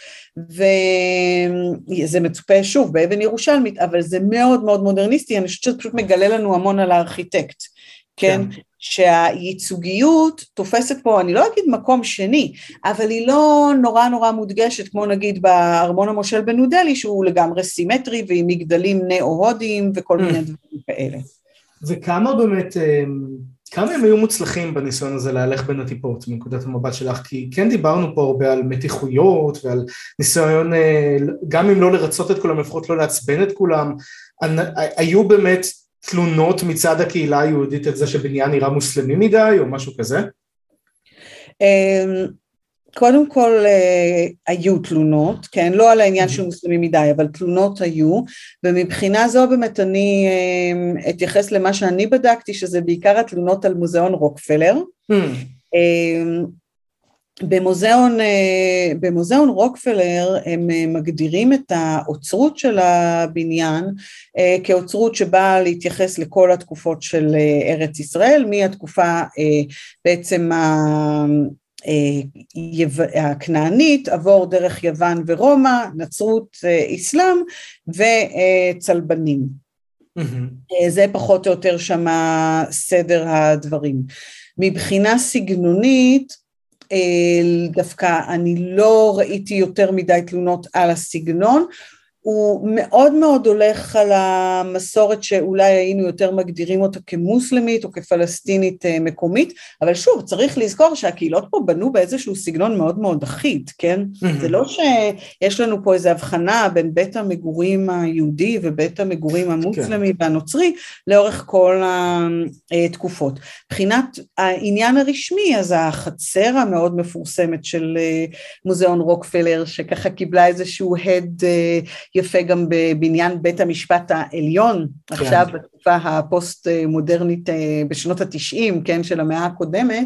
וזה מצופה שוב באבן ירושלמית, אבל זה מאוד מאוד מודרניסטי, אני חושבת שזה פשוט מגלה לנו המון על הארכיטקט, כן? שהייצוגיות תופסת פה, אני לא אגיד מקום שני, אבל היא לא נורא נורא מודגשת, כמו נגיד בארמון המושל בניו דלהי, שהוא לגמרי סימטרי, ועם מגדלים נאו-הודיים וכל מיני דברים כאלה. וכמה באמת, כמה הם היו מוצלחים בניסיון הזה להלך בין הטיפות, מנקודת המבט שלך? כי כן דיברנו פה הרבה על מתיחויות, ועל ניסיון, גם אם לא לרצות את כולם, לפחות לא לעצבן את כולם, היו באמת תלונות מצד הקהילה היהודית את זה שבניין נראה מוסלמי מדי, או משהו כזה? קודם כל היו תלונות, כן, לא על העניין של מוסלמי מדי, אבל תלונות היו, ומבחינה זו באמת אני אתייחס למה שאני בדקתי, שזה בעיקר התלונות על מוזיאון רוקפלר, במוזיאון, במוזיאון רוקפלר הם מגדירים את האוצרות של הבניין כאוצרות שבאה להתייחס לכל התקופות של ארץ ישראל, מהתקופה בעצם הכנענית, עבור דרך יוון ורומא, נצרות, אסלאם וצלבנים. Mm-hmm. זה פחות או יותר שמה סדר הדברים. מבחינה סגנונית, דווקא אני לא ראיתי יותר מדי תלונות על הסגנון, הוא מאוד מאוד הולך על המסורת שאולי היינו יותר מגדירים אותה כמוסלמית או כפלסטינית מקומית, אבל שוב, צריך לזכור שהקהילות פה בנו באיזשהו סגנון מאוד מאוד אחיד, כן? זה לא שיש לנו פה איזו הבחנה בין בית המגורים היהודי ובית המגורים המוסלמי והנוצרי, לאורך כל התקופות. מבחינת העניין הרשמי, אז החצר המאוד מפורסמת של מוזיאון רוקפלר, שככה קיבלה איזשהו הד יפה גם בבניין בית המשפט העליון, כן. עכשיו בתקופה הפוסט מודרנית בשנות התשעים, כן, של המאה הקודמת,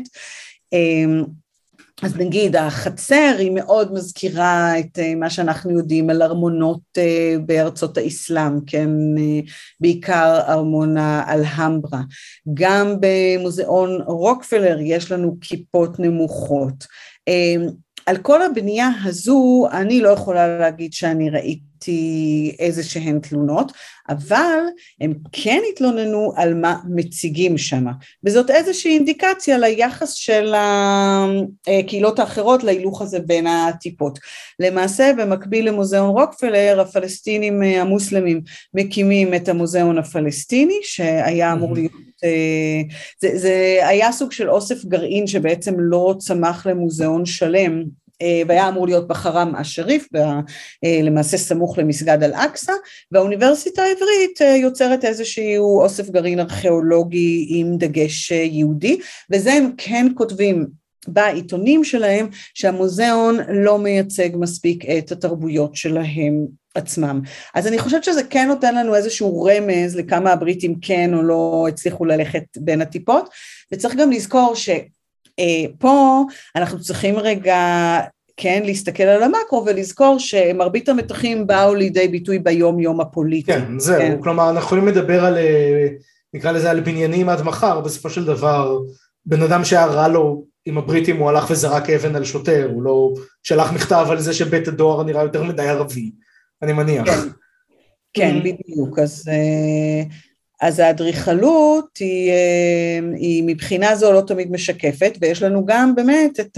אז נגיד החצר היא מאוד מזכירה את מה שאנחנו יודעים על ארמונות בארצות האסלאם, כן, בעיקר ארמון האלהמברה, גם במוזיאון רוקפלר יש לנו כיפות נמוכות, על כל הבנייה הזו אני לא יכולה להגיד שאני ראיתי ראיתי איזה שהן תלונות, אבל הם כן התלוננו על מה מציגים שם, וזאת איזושהי אינדיקציה ליחס של הקהילות האחרות להילוך הזה בין הטיפות. למעשה במקביל למוזיאון רוקפלר, הפלסטינים המוסלמים מקימים את המוזיאון הפלסטיני, שהיה אמור להיות, זה, זה היה סוג של אוסף גרעין שבעצם לא צמח למוזיאון שלם, והיה אמור להיות בחרם השריף, למעשה סמוך למסגד אל-אקסא, והאוניברסיטה העברית יוצרת איזשהו אוסף גרעין ארכיאולוגי עם דגש יהודי, וזה הם כן כותבים בעיתונים שלהם, שהמוזיאון לא מייצג מספיק את התרבויות שלהם עצמם. אז אני חושבת שזה כן נותן לנו איזשהו רמז לכמה הבריטים כן או לא הצליחו ללכת בין הטיפות, וצריך גם לזכור ש... פה אנחנו צריכים רגע כן להסתכל על המקרו ולזכור שמרבית המתחים באו לידי ביטוי ביום יום הפוליטי. כן, זהו, כן. כלומר אנחנו יכולים לדבר על, נקרא לזה על בניינים עד מחר, בסופו של דבר בן אדם שהיה רע לו עם הבריטים הוא הלך וזרק אבן על שוטר, הוא לא שלח מכתב על זה שבית הדואר נראה יותר מדי ערבי, אני מניח. כן, כן בדיוק, אז... אז האדריכלות היא, היא מבחינה זו לא תמיד משקפת, ויש לנו גם באמת את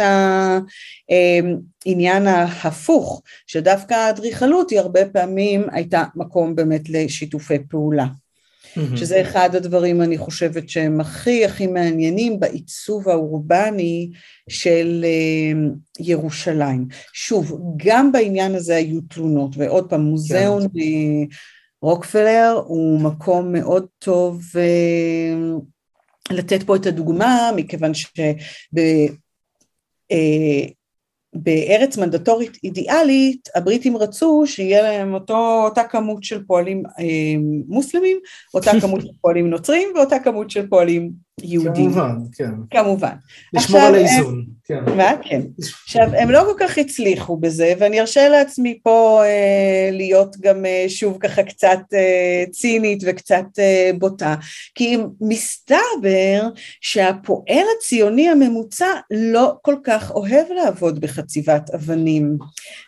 העניין ההפוך, שדווקא האדריכלות היא הרבה פעמים הייתה מקום באמת לשיתופי פעולה, mm-hmm. שזה אחד הדברים אני חושבת שהם הכי הכי מעניינים בעיצוב האורבני של ירושלים. שוב, גם בעניין הזה היו תלונות, ועוד פעם מוזיאון... כן. רוקפלר הוא מקום מאוד טוב לתת פה את הדוגמה, מכיוון שבארץ מנדטורית אידיאלית, הבריטים רצו שיהיה להם אותו, אותה כמות של פועלים מוסלמים, אותה כמות של פועלים נוצרים, ואותה כמות של פועלים יהודים. כמובן, כן. כמובן. לשמור על האיזון. כן. מה? כן. עכשיו, הם לא כל כך הצליחו בזה, ואני ארשה לעצמי פה אה, להיות גם אה, שוב ככה קצת אה, צינית וקצת אה, בוטה, כי מסתבר שהפועל הציוני הממוצע לא כל כך אוהב לעבוד בחציבת אבנים,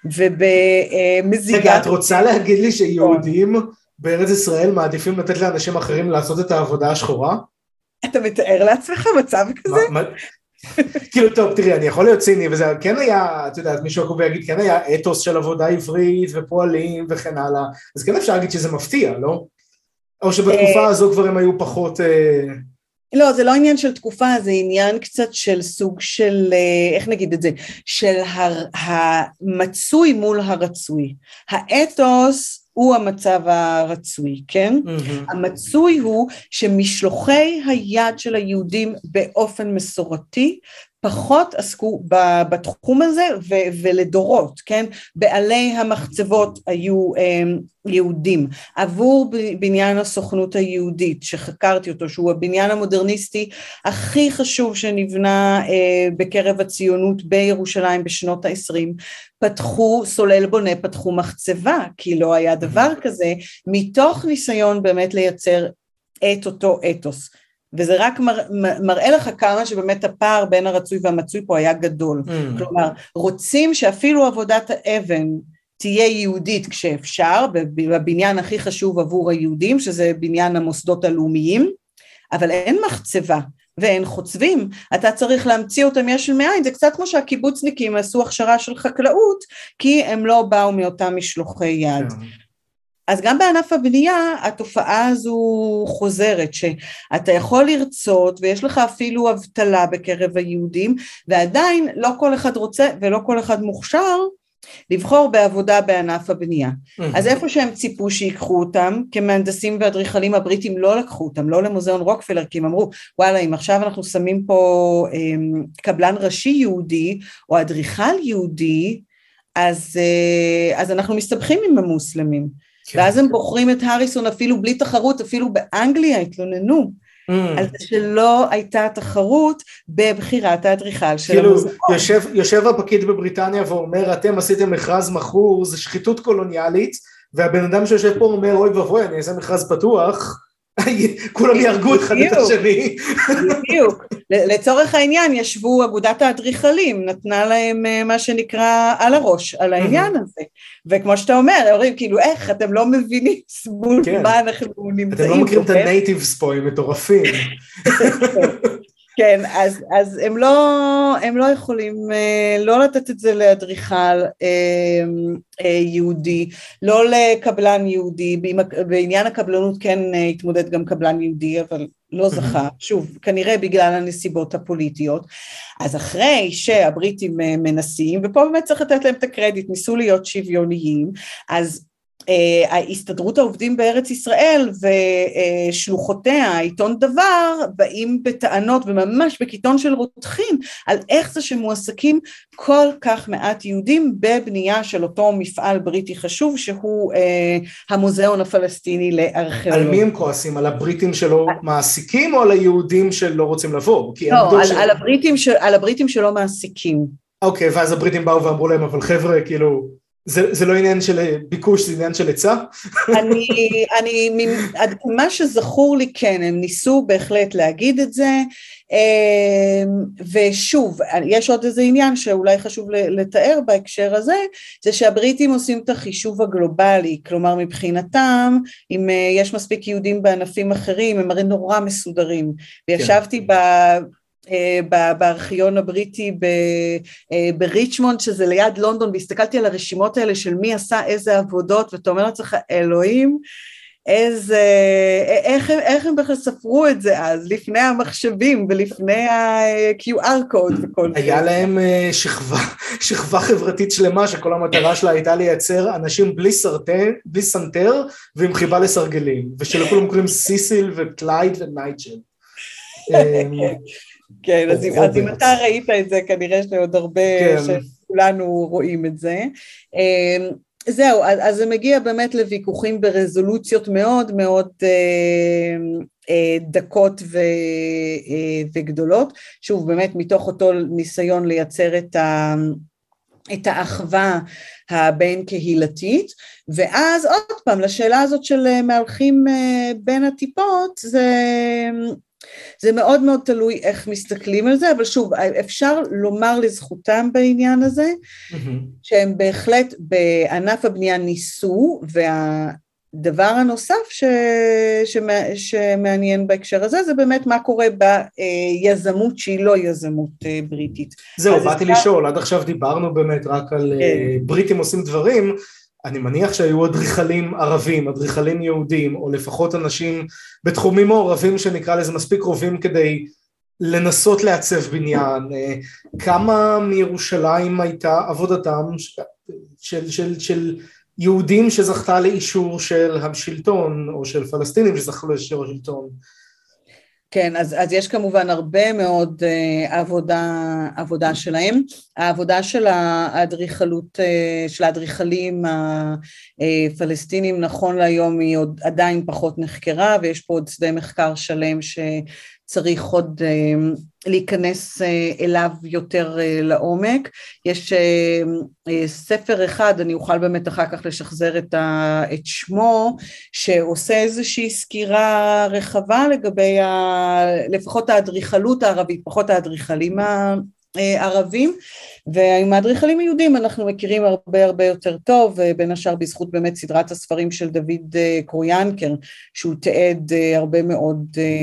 ובמזיגת... רגע, את רוצה להגיד לי שיהודים בארץ ישראל מעדיפים לתת לאנשים אחרים לעשות את העבודה השחורה? אתה מתאר לעצמך מצב כזה? כאילו טוב, תראי, אני יכול להיות ציני, וזה כן היה, את יודעת, מישהו עקוב ויגיד, כן היה אתוס של עבודה עברית ופועלים וכן הלאה, אז כן אפשר להגיד שזה מפתיע, לא? או שבתקופה הזו כבר הם היו פחות... לא, זה לא עניין של תקופה, זה עניין קצת של סוג של, איך נגיד את זה, של המצוי מול הרצוי. האתוס הוא המצב הרצוי, כן? Mm-hmm. המצוי הוא שמשלוחי היד של היהודים באופן מסורתי, פחות עסקו בתחום הזה ו- ולדורות, כן? בעלי המחצבות היו um, יהודים. עבור בניין הסוכנות היהודית, שחקרתי אותו, שהוא הבניין המודרניסטי הכי חשוב שנבנה uh, בקרב הציונות בירושלים בשנות ה-עשרים, פתחו, סולל בונה, פתחו מחצבה, כי לא היה דבר כזה, מתוך ניסיון באמת לייצר את אותו אתוס. וזה רק מר, מראה לך כמה שבאמת הפער בין הרצוי והמצוי פה היה גדול. Mm. כלומר, רוצים שאפילו עבודת האבן תהיה יהודית כשאפשר, בבניין הכי חשוב עבור היהודים, שזה בניין המוסדות הלאומיים, אבל אין מחצבה ואין חוצבים, אתה צריך להמציא אותם יש מאין, זה קצת כמו שהקיבוצניקים עשו הכשרה של חקלאות, כי הם לא באו מאותם משלוחי יד. Mm. אז גם בענף הבנייה, התופעה הזו חוזרת, שאתה יכול לרצות, ויש לך אפילו אבטלה בקרב היהודים, ועדיין לא כל אחד רוצה, ולא כל אחד מוכשר, לבחור בעבודה בענף הבנייה. אז איפה שהם ציפו שיקחו אותם, כמהנדסים ואדריכלים הבריטים לא לקחו אותם, לא למוזיאון רוקפלר, כי הם אמרו, וואלה, אם עכשיו אנחנו שמים פה um, קבלן ראשי יהודי, או אדריכל יהודי, אז, uh, אז אנחנו מסתבכים עם המוסלמים. ואז הם בוחרים את הריסון אפילו בלי תחרות, אפילו באנגליה התלוננו, על זה שלא הייתה תחרות בבחירת האדריכל של המוזיאון. כאילו, יושב הפקיד בבריטניה ואומר, אתם עשיתם מכרז מכור, זה שחיתות קולוניאלית, והבן אדם שיושב פה אומר, אוי ובוי, אני אעשה מכרז פתוח, כולם יהרגו אחד את השני. בדיוק, לצורך העניין ישבו אגודת האדריכלים, נתנה להם מה שנקרא על הראש, על העניין הזה, וכמו שאתה אומר, אומרים כאילו איך, אתם לא מבינים סבול מה אנחנו נמצאים. אתם לא מכירים את הנייטיבס פה, הם מטורפים. כן, אז, אז הם לא, הם לא יכולים לא לתת את זה לאדריכל יהודי, לא לקבלן יהודי, בעניין הקבלנות כן התמודד גם קבלן יהודי, אבל לא זכה, שוב, כנראה בגלל הנסיבות הפוליטיות, אז אחרי שהבריטים מנסים, ופה באמת צריך לתת להם את הקרדיט, ניסו להיות שוויוניים, אז ההסתדרות העובדים בארץ ישראל ושלוחותיה, עיתון דבר, באים בטענות וממש בקיתון של רותחים, על איך זה שמועסקים כל כך מעט יהודים בבנייה של אותו מפעל בריטי חשוב, שהוא המוזיאון הפלסטיני לארכיאולוגיה. על מי הם כועסים? על הבריטים שלא מעסיקים או על היהודים שלא רוצים לבוא? לא, על הבריטים שלא מעסיקים. אוקיי, ואז הבריטים באו ואמרו להם, אבל חבר'ה, כאילו... זה, זה לא עניין של ביקוש, זה עניין של היצע? אני, אני, עד כמה שזכור לי כן, הם ניסו בהחלט להגיד את זה, ושוב, יש עוד איזה עניין שאולי חשוב לתאר בהקשר הזה, זה שהבריטים עושים את החישוב הגלובלי, כלומר מבחינתם, אם יש מספיק יהודים בענפים אחרים, הם הרי נורא מסודרים, וישבתי ב... בארכיון הבריטי בריצ'מונד, שזה ליד לונדון, והסתכלתי על הרשימות האלה של מי עשה איזה עבודות, ואתה אומר לעצמך, אלוהים, איזה, איך, איך הם בכלל ספרו את זה אז, לפני המחשבים ולפני ה-קיו אר קוד וכל זה. היה להם שכבה, שכבה חברתית שלמה, שכל המטרה שלה הייתה לייצר אנשים בלי סרטן, בלי סנטר, ועם חיבה לסרגלים, ושלכולם קוראים סיסיל וקלייד ונייג'ל. כן, אז אם אתה ראית את זה, כנראה שעוד הרבה שכולנו רואים את זה. זהו, אז זה מגיע באמת לוויכוחים ברזולוציות מאוד מאוד דקות וגדולות, שוב, באמת מתוך אותו ניסיון לייצר את ה... את האחווה הבין קהילתית, ואז עוד פעם, לשאלה הזאת של מהלכים בין הטיפות, זה... זה מאוד מאוד תלוי איך מסתכלים על זה, אבל שוב, אפשר לומר לזכותם בעניין הזה, שהם בהחלט בענף הבנייה ניסו, והדבר הנוסף ש... שמעניין בהקשר הזה, זה באמת מה קורה ביזמות שהיא לא יזמות בריטית. זהו, באתי לשאול, עד עכשיו דיברנו באמת רק על בריטים עושים דברים, אני מניח שהיו אדריכלים ערבים, אדריכלים יהודים, או לפחות אנשים בתחומים מעורבים שנקרא לזה מספיק קרובים כדי לנסות לעצב בניין. כמה מירושלים הייתה עבודתם של, של, של יהודים שזכתה לאישור של השלטון, או של פלסטינים שזכו לאישור השלטון? כן, אז, אז יש כמובן הרבה מאוד uh, עבודה, עבודה שלהם. העבודה של האדריכלות, uh, של האדריכלים הפלסטינים נכון להיום היא עוד עדיין פחות נחקרה, ויש פה עוד שדה מחקר שלם שצריך עוד uh, להיכנס uh, אליו יותר uh, לעומק. יש uh, uh, ספר אחד, אני אוכל באמת אחר כך לשחזר את, ה, את שמו, שעושה איזושהי סקירה רחבה לגבי ה, לפחות האדריכלות הערבית, פחות האדריכלים הערבים, ועם האדריכלים היהודים אנחנו מכירים הרבה הרבה יותר טוב, בין השאר בזכות באמת סדרת הספרים של דוד קרויאנקר, שהוא תיעד הרבה מאוד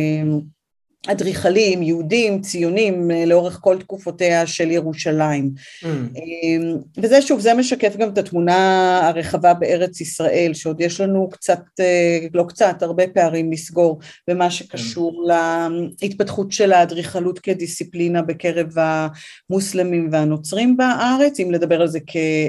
אדריכלים, יהודים, ציונים, לאורך כל תקופותיה של ירושלים. Mm. וזה שוב, זה משקף גם את התמונה הרחבה בארץ ישראל, שעוד יש לנו קצת, לא קצת, הרבה פערים לסגור, במה שקשור mm. להתפתחות של האדריכלות כדיסציפלינה בקרב המוסלמים והנוצרים בארץ, אם לדבר על זה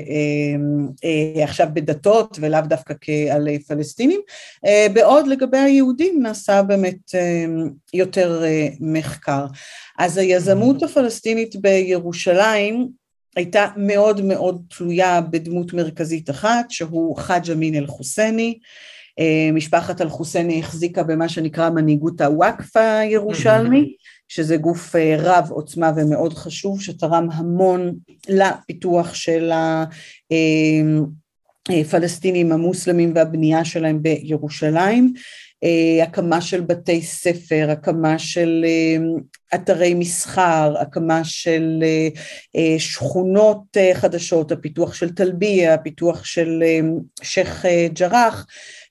עכשיו בדתות, ולאו דווקא כעל פלסטינים, בעוד לגבי היהודים נעשה באמת יותר מחקר. אז היזמות הפלסטינית בירושלים הייתה מאוד מאוד תלויה בדמות מרכזית אחת, שהוא חאג' אמין אל-חוסייני. משפחת אל-חוסייני החזיקה במה שנקרא מנהיגות הוואקף הירושלמי, שזה גוף רב עוצמה ומאוד חשוב, שתרם המון לפיתוח של ה... פלסטינים המוסלמים והבנייה שלהם בירושלים. הקמה של בתי ספר, הקמה של אתרי מסחר, הקמה של שכונות חדשות, הפיתוח של תלביה, הפיתוח של שייח ג'רח,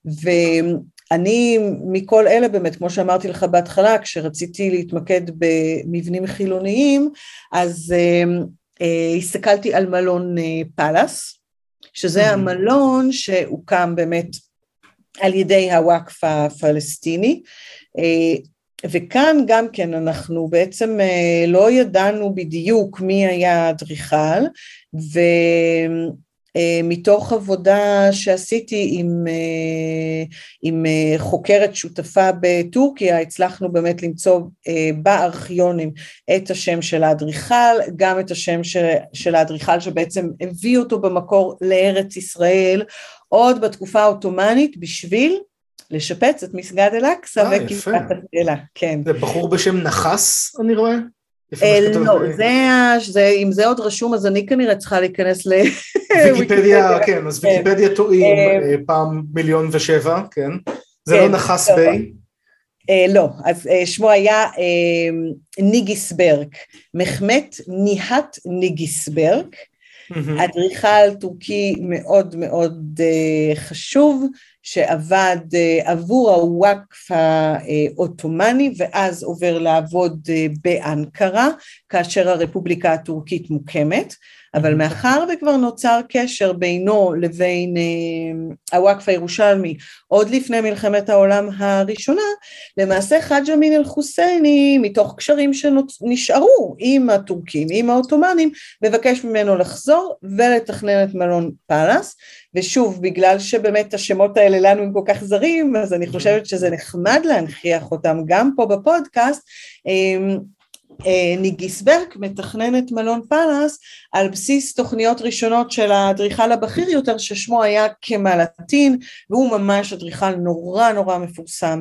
ואני מכל אלה באמת, כמו שאמרתי לך בהתחלה, כשרציתי להתמקד במבנים חילוניים, אז הסתכלתי על מלון פלאס, שזה המלון שהוקם באמת על ידי הוואקף הפלסטיני, וכאן גם כן אנחנו בעצם לא ידענו בדיוק מי היה האדריכל, ומתוך עבודה שעשיתי עם, עם חוקרת שותפה בטורקיה, הצלחנו באמת למצוא בארכיונים את השם של האדריכל, גם את השם של האדריכל שבעצם הביא אותו במקור לארץ ישראל, עוד בתקופה האוטומנית בשביל לשפץ את מסגד אל-אקצא וכיפת הסלע, כן. זה בחור בשם נחס, אני רואה? לא, אם זה עוד רשום, אז אני כנראה צריכה להיכנס ל... ויקיפדיה, כן, אז ויקיפדיה טועים פעם מיליון ושבע, כן? זה לא נחס בי? לא, אז שמו היה ניגיסברג, מחמת ניהת ניגיסברג, אדריכל טורקי מאוד מאוד חשוב, שעבד עבור הוואקף האוטומני, ואז עובר לעבוד באנקרה, כאשר הרפובליקה הטורקית מוקמת, אבל מאחר וכבר נוצר קשר בינו לבין הוואקף הירושלמי, עוד לפני מלחמת העולם הראשונה, למעשה חאג' אמין אל-חוסייני, מתוך קשרים שנשארו עם הטורקים, עם העות'מאנים, מבקש ממנו לחזור ולתכנן את מלון פלאס, ושוב, בגלל שבאמת השמות האלה לנו הם כל כך זרים, אז אני חושבת שזה נחמד להנחיח אותם גם פה בפודקאסט, ניגיסברג מתכנן את מלון פלאס על בסיס תוכניות ראשונות של האדריכל הבכיר יותר ששמו היה כמאל א-דין, והוא ממש אדריכל נורא נורא מפורסם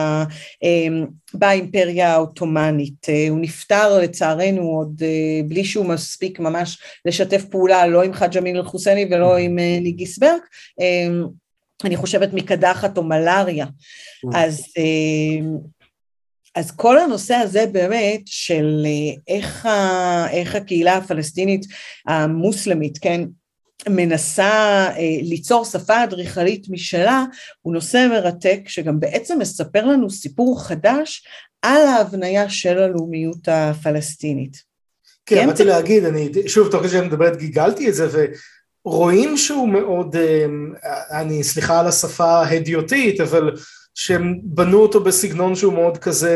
באימפריה האוטומנית. הוא נפטר לצערנו עוד בלי שהוא מספיק ממש לשתף פעולה לא עם חאג' אמין אל-חוסייני ולא עם ניגיסברג, אני חושבת מקדחת או מלאריה. אז אז כל הנושא הזה באמת של איך, ה, איך הקהילה הפלסטינית המוסלמית, כן, מנסה ליצור שפה אדריכלית משלה, הוא נושא מרתק שגם בעצם מספר לנו סיפור חדש על ההבניה של הלאומיות הפלסטינית. כן, באתי להגיד, אני שוב תוך כדי שאני מדברת גיגלתי את זה, ורואים שהוא מאוד, אני סליחה על השפה הדיוטית, אבל שהם בנו אותו בסגנון שהוא מאוד כזה,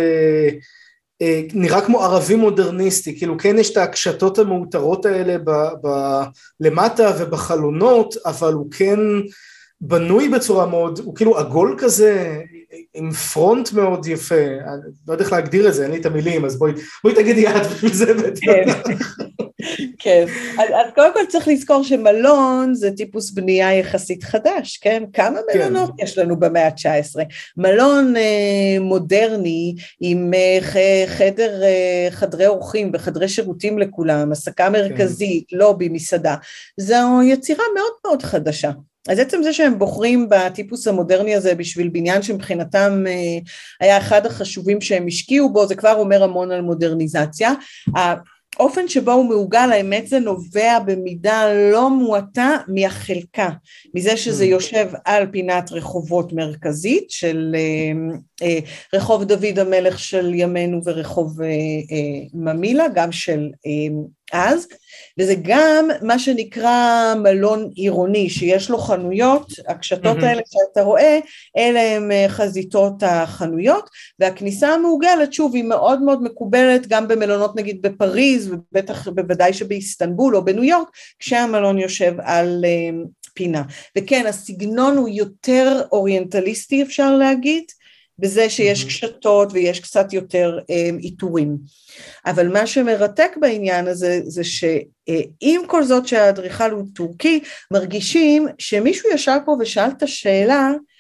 נראה כמו ערבי מודרניסטי, כאילו כן יש את ההקשתות המאותרות האלה ב, ב, למטה ובחלונות, אבל הוא כן בנוי בצורה מאוד, הוא כאילו עגול כזה, עם פרונט מאוד יפה, אני לא יודע איך להגדיר את זה, אין לי את המילים, אז בואי, בואי תגידי יד בשביל זה. כן, כן. אז, אז קודם כל צריך לזכור שמלון זה טיפוס בנייה יחסית חדש, כן? כמה מלונות כן. יש לנו במאה ה-תשע עשרה? מלון אה, מודרני עם אה, חדר, אה, חדרי אורחים וחדרי שירותים לכולם, עסקה מרכזית, כן. לובי, מסעדה, זו יצירה מאוד מאוד חדשה. אז עצם זה שהם בוחרים בטיפוס המודרני הזה בשביל בניין שמבחינתם היה אחד החשובים שהם השקיעו בו, זה כבר אומר המון על מודרניזציה. האופן שבו הוא מעוגל, האמת זה נובע במידה לא מועטה מהחלקה, מזה שזה יושב על פינת רחובות מרכזית של רחוב דוד המלך של ימינו ורחוב ממילה, גם של אז, וזה גם מה שנקרא מלון עירוני, שיש לו חנויות, הקשתות האלה שאתה רואה, אלה הם חזיתות החנויות, והכניסה המעוגלת, שוב, היא מאוד מאוד מקובלת, גם במלונות נגיד בפריז, ובטח בוודאי שבאיסטנבול או בניו יורק, כשהמלון יושב על פינה. וכן, הסגנון הוא יותר אוריינטליסטי, אפשר להגיד, בזה שיש קשתות ויש קצת יותר איתורים. אבל מה שמרתק בעניין הזה, זה שעם כל זאת שהאדריכל הוא טורקי, מרגישים שמישהו ישב פה ושאל את השאלה,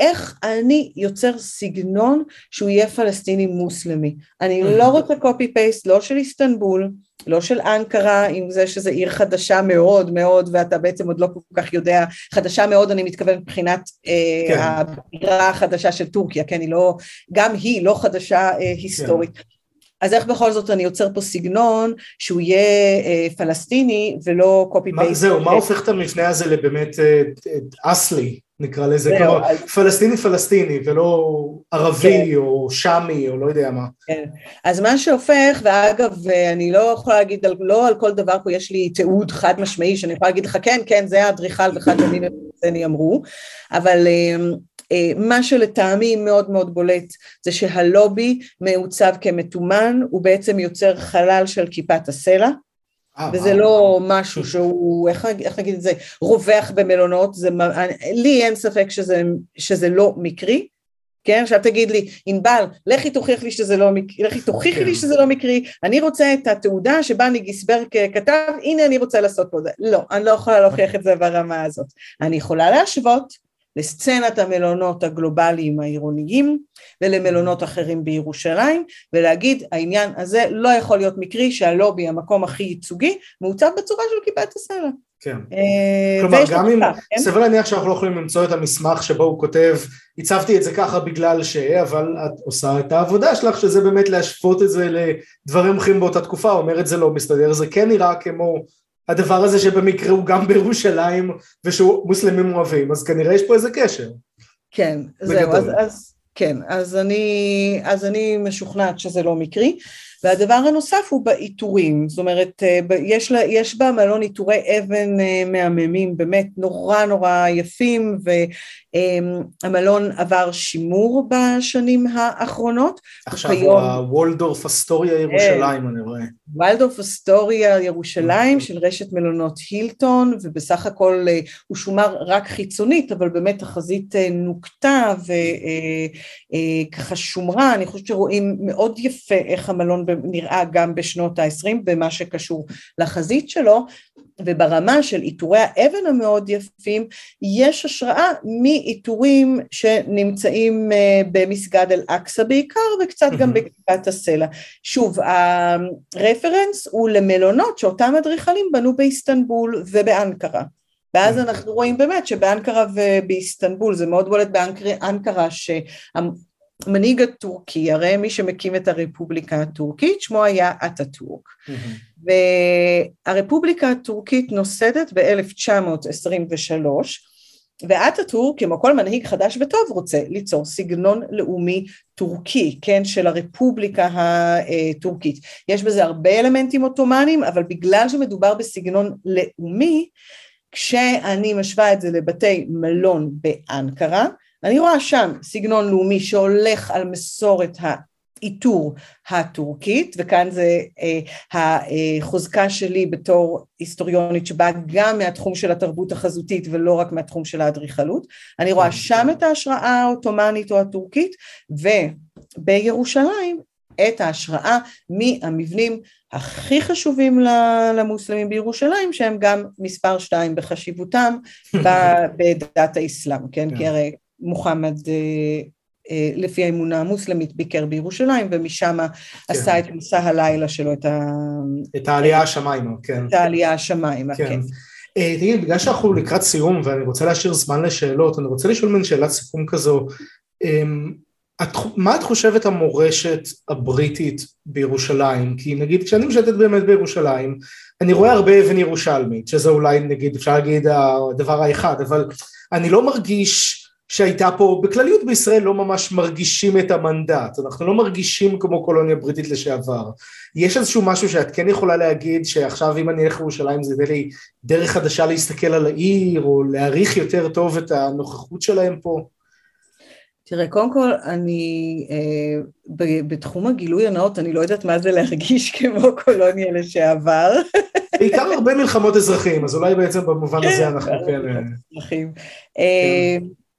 איך אני יוצר סגנון שהוא יהיה פלסטיני מוסלמי. אני לא רוצה קופי פייסט, לא של איסטנבול, לא של אנקרה, עם זה שזה עיר חדשה מאוד מאוד, ואתה בעצם עוד לא כל כך יודע, חדשה מאוד אני מתכוון מבחינת כן. אה, הבירה החדשה של טורקיה, כן, היא לא, גם היא לא חדשה אה, היסטורית. כן. אז איך בכל זאת אני יוצר פה סגנון שהוא יהיה אה, פלסטיני ולא קופי פייסט. זהו, מה הופך את המפנה הזה לבאמת אה, אסלי, נקרא לזה, כלומר אז... פלסטיני פלסטיני ולא ערבי כן. או שמי או לא יודע מה. כן. אז מה שהופך, ואגב אני לא יכולה להגיד, לא על כל דבר פה יש לי תיעוד חד משמעי, שאני יכולה להגיד לך כן, כן, זה האדריכל וחד אני אמרו, אבל... מה שלטעמי מאוד מאוד בולט זה שהלובי מעוצב כמתומן, הוא בעצם יוצר חלל של כיפת הסלע, וזה לא משהו שהוא, איך, איך נגיד את זה, רווח במלונות, זה, לי אין ספק שזה, שזה לא מקרי, כן, עכשיו תגיד לי, ענבל, לכי תוכיח לי שזה לא מקרי, לכי תוכיחי לי שזה לא מקרי, אני רוצה את התעודה שבה ניגיסברג כתב, הנה אני רוצה לעשות פה זה, לא, אני לא יכולה להוכיח את זה ברמה הזאת, אני יכולה להשוות, לסצנת המלונות הגלובליים העירוניים, ולמלונות אחרים בירושלים, ולהגיד, העניין הזה לא יכול להיות מקרי, שהלובי, המקום הכי ייצוגי, מעוצב בצורה של כיפת הסלע. כן. כלומר, גם אם, סביר להניח שאנחנו לא יכולים למצוא את המסמך שבו הוא כותב, הצבתי את זה ככה בגלל ש... אבל את עושה את העבודה שלך, שזה באמת להשוות את זה לדברים אחרים באותה תקופה, אומרת זה לא מסתדר, זה כן נראה כמו... הדבר הזה שבמקרה הוא גם בירושלים, ושהוא מוסלמים אוהבים, אז כנראה יש פה איזה קשר. כן, זהו, אז, אז, כן, אז אני, אז אני משוכנעת שזה לא מקרי, והדבר הנוסף הוא באיתורים, זאת אומרת, יש, לה, יש במלון איתורי אבן מהממים, באמת נורא נורא יפים, והמלון עבר שימור בשנים האחרונות. עכשיו הוא הוולדורף אסטוריה ירושלים, אני רואה. וולדורף אסטוריה ירושלים, של רשת מלונות הילטון, ובסך הכל הוא שומר רק חיצונית, אבל באמת החזית נוקטה, וככה שומרה, אני חושבת שרואים מאוד יפה איך המלון נראה גם בשנות ה-עשרים, במה שקשור לחזית שלו, וברמה של איתורי האבן המאוד יפים, יש השראה מאיתורים שנמצאים במסגד אל-אקצא בעיקר, וקצת גם בכיפת הסלע. שוב, הרפרנס הוא למלונות שאותם אדריכלים בנו באיסטנבול ובאנקרה. ואז אנחנו רואים באמת שבאנקרה ובאיסטנבול, זה מאוד בולט באנקרה, שהמנהיג הטורקי, הרי מי שמקים את הרפובליקה הטורקית, שמו היה אטאטורק. והרפובליקה הטורקית נוסדת ב-אלף תשע מאות עשרים ושלוש, ואטאטורק, כמו כל מנהיג חדש וטוב, רוצה ליצור סגנון לאומי טורקי, כן, של הרפובליקה הטורקית. יש בזה הרבה אלמנטים אוטומניים, אבל בגלל שמדובר בסגנון לאומי, כשאני משווה את זה לבתי מלון באנקרה, אני רואה שם סגנון לאומי שהולך על מסורת האיתור הטורקית, וכאן זה אה, החוזקה שלי בתור היסטוריונית שבאה גם מהתחום של התרבות החזותית ולא רק מהתחום של האדריכלות, אני רואה שם את ההשראה האוטומנית או הטורקית, ובירושלים את ההשראה מהמבנים הכי חשובים למוסלמים בירושלים, שהם גם מספר שתיים בחשיבותם בדת האסלאם, כן? כי הרי מוחמד לפי האמונה המוסלמית ביקר בירושלים, ומשם עשה את מסע הלילה שלו, את העלייה השמיימה, כן. את העלייה השמיימה, כן. תגיד, בגלל שאנחנו לקראת סיום, ואני רוצה להשאיר זמן לשאלות, אני רוצה לשאול מן שאלת סיכום כזו, מה את חושבת המורשת הבריטית בירושלים? כי נגיד, כשאני משתת באמת בירושלים, אני רואה הרבה אבן ירושלמית, שזה אולי נגיד, אפשר להגיד הדבר האחד, אבל אני לא מרגיש שהייתה פה, בכלליות בישראל לא ממש מרגישים את המנדט, אנחנו לא מרגישים כמו קולוניה בריטית לשעבר. יש איזשהו משהו שאת כן יכולה להגיד, שעכשיו אם אני אלך לירושלים זה לי דרך חדשה להסתכל על העיר, או להעריך יותר טוב את הנוכחות שלהם פה? תראה, קודם כל, אני, אה, בתחום הגילוי הנאות, אני לא יודעת מה זה להרגיש כמו קולוניה לשעבר. בעיקר הרבה מלחמות אזרחים, אז אולי בעצם במובן הזה אנחנו כן... אזרחים. אה,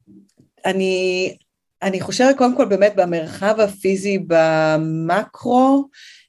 אני, אני חושבת קודם כל באמת במרחב הפיזי במקרו,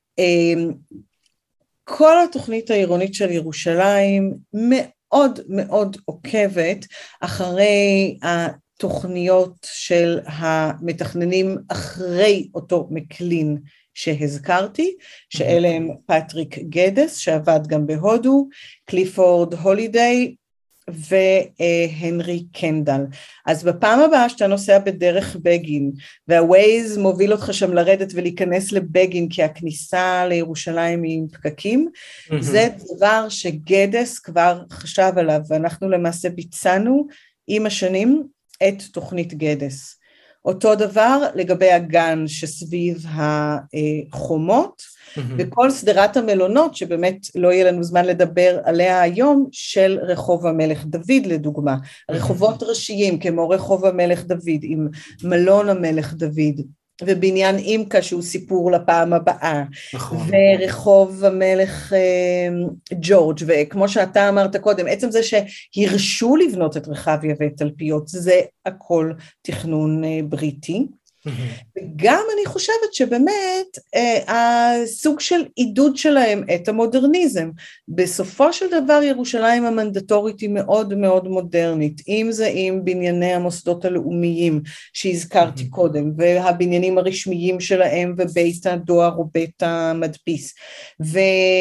כל התוכנית העירונית של ירושלים מאוד מאוד עוקבת אחרי תוכניות של המתכננים אחרי אותו מקלין שהזכרתי, שאלה הם פטריק גדס, שעבד גם בהודו, קליפורד הולידיי, והנרי קנדל. אז בפעם הבאה שאתה נוסע בדרך בגין, והווייז מוביל אותך שם לרדת ולהיכנס לבגין, כי הכניסה לירושלים היא עם פקקים, mm-hmm. זה דבר שגדס כבר חשב עליו, ואנחנו למעשה ביצענו עם השנים את תוכנית גדס. אותו דבר לגבי הגן שסביב החומות, mm-hmm. וכל סדרת המלונות, שבאמת לא יהיה לנו זמן לדבר עליה היום, של רחוב המלך דוד לדוגמה, mm-hmm. רחובות ראשיים כמו רחוב המלך דוד, עם מלון המלך דוד, ובניין אימקה שהוא סיפור לפעם הבאה, נכון. ורחוב המלך אה, ג'ורג', וכמו שאתה אמרת קודם, עצם זה שהרשו לבנות את רחביה ואת תלפיות, זה הכל תכנון אה, בריטי, וגם אני חושבת שבאמת הסוג של עידוד שלהם את המודרניזם, בסופו של דבר ירושלים המנדטורית היא מאוד מאוד מודרנית, אם זה עם בנייני המוסדות הלאומיים שהזכרתי קודם, והבניינים הרשמיים שלהם ובית הדואר או בית המדפיס, ו...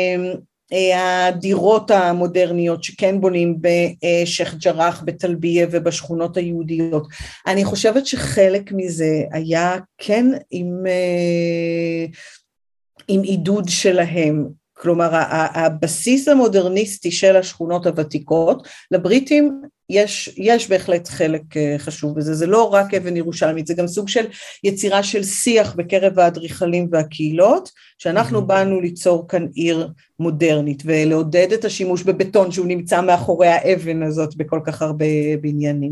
הדירות המודרניות שכן בונים בשייח ג'ראח, בתלביה ובשכונות היהודיות. אני חושבת שחלק מזה היה כן עם, עם עידוד שלהם, כלומר הבסיס המודרניסטי של השכונות הוותיקות, לבריטים יש, יש בהחלט חלק חשוב בזה, זה לא רק אבן ירושלמית, זה גם סוג של יצירה של שיח בקרב האדריכלים והקהילות, שאנחנו mm-hmm. באנו ליצור כאן עיר מודרנית, ולעודד את השימוש בבטון שהוא נמצא מאחורי האבן הזאת בכל כך הרבה בניינים.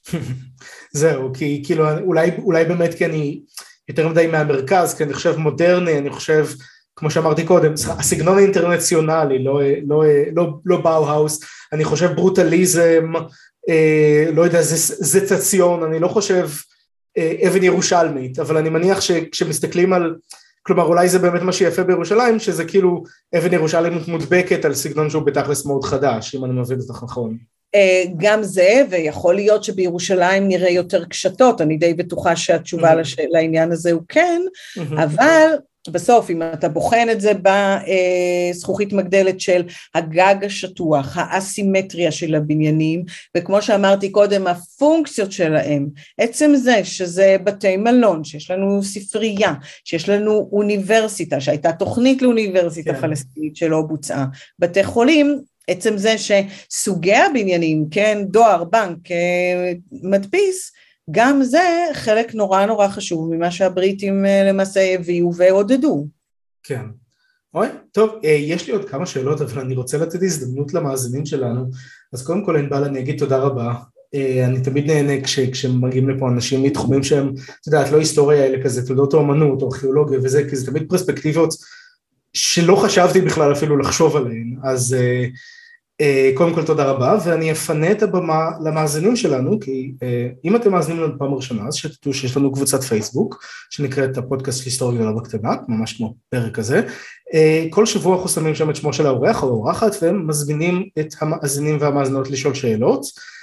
זהו, כי כאילו אולי, אולי באמת כי אני יותר מדי מהמרכז, כי אני חושב מודרני, אני חושב כמו שאמרתי קודם, הסגנון האינטרנציונלי, לא, לא, לא, לא באו-האוס, אני חושב ברוטליזם, אה, לא יודע, זצציון, אני לא חושב אה, אבן ירושלמית, אבל אני מניח שכשמסתכלים על, כלומר אולי זה באמת מה שיפה בירושלים, שזה כאילו אבן ירושלמית מודבקת על סגנון שהוא בתכלס מאוד חדש, אם אני מבין את זה נכון. גם זה, ויכול להיות שבירושלים נראה יותר קשתות, אני די בטוחה שהתשובה mm-hmm. לעניין הזה הוא כן, mm-hmm. אבל בסוף, אם אתה בוחן את זה בזכוכית מגדלת של הגג השטוח, האסימטריה של הבניינים, וכמו שאמרתי קודם, הפונקציות שלהם, עצם זה שזה בתי מלון, שיש לנו ספרייה, שיש לנו אוניברסיטה, שהייתה תוכנית לאוניברסיטה כן. פלסטינית שלא בוצעה, בתי חולים, עצם זה שסוגי הבניינים, כן, דואר, בנק, מדפיס, גם זה חלק נורא נורא חשוב ממה שהבריטים למעשה הביאו ועודדו. כן. אוי, טוב, יש לי עוד כמה שאלות, אבל אני רוצה לתת הזדמנות למאזינים שלנו, אז קודם כל ענבל אני אגיד תודה רבה, אני תמיד נהנה כש, כשמגיעים לפה אנשים מתחומים שהם, אתה יודעת, לא היסטוריה האלה כזה, תולדות האמנות או ארכיאולוגיה וזה, כי זה תמיד פרספקטיבות שלא חשבתי בכלל אפילו לחשוב עליהן, אז קודם כל תודה רבה, ואני אפנה את הבמה למאזינים שלנו, כי אם אתם מאזינים לנו פעם ראשונה, אז שתדעו שיש לנו קבוצת פייסבוק, שנקראת הפודקאסט היסטוריה גדולה בקטנה, ממש כמו פרק הזה, כל שבוע אנחנו שמים שם את שמו של האורח או האורחת, והם מזמינים את המאזינים והמאזינות לשאול שאלות,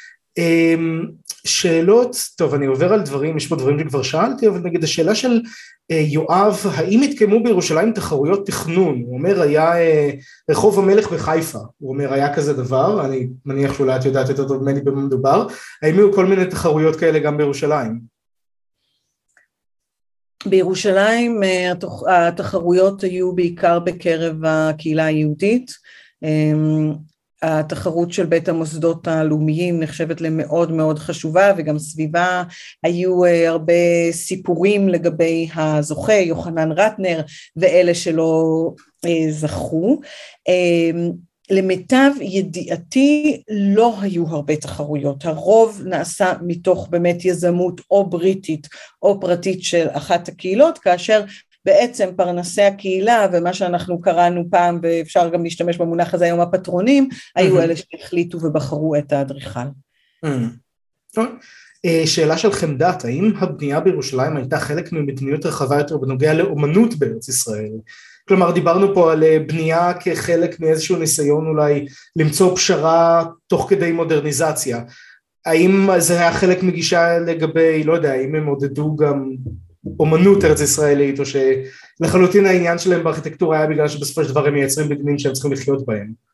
שאלות, טוב אני עובר על דברים, יש פה דברים שכבר שאלתי, אבל נגיד השאלה של יואב, האם התקיימו בירושלים תחרויות תכנון? הוא אומר היה רחוב המלך בחיפה, הוא אומר היה כזה דבר, אני מניח שאולי את יודעת יותר טוב ממני במה מדובר, האם היו כל מיני תחרויות כאלה גם בירושלים? בירושלים התחרויות היו בעיקר בקרב הקהילה היהודית, התחרות של בית המוסדות הלאומיים נחשבת למאוד מאוד חשובה, וגם סביבה היו הרבה סיפורים לגבי הזוכה, יוחנן רטנר, ואלה שלא זכו. למיטב ידיעתי לא היו הרבה תחרויות, הרוב נעשה מתוך באמת יזמות או בריטית או פרטית של אחת הקהילות, כאשר בעצם פרנסי הקהילה, ומה שאנחנו קראנו פעם, ואפשר גם להשתמש במונח הזה היום הפטרונים, היו אלה שהחליטו ובחרו את האדריכל. שאלה של חמדת, האם הבנייה בירושלים הייתה חלק ממדיניות רחבה יותר בנוגע לאומנות בארץ ישראל? כלומר, דיברנו פה על בנייה כחלק מאיזשהו ניסיון אולי למצוא פשרה תוך כדי מודרניזציה. האם זה היה חלק מגישה לגבי, לא יודע, האם הם עודדו גם אומנות ארץ ישראלית, או שלחלוטין העניין שלהם בארכיטקטורה היה בגלל שבסופו של דבר הם מייצרים בגנים שהם צריכים לחיות בהם?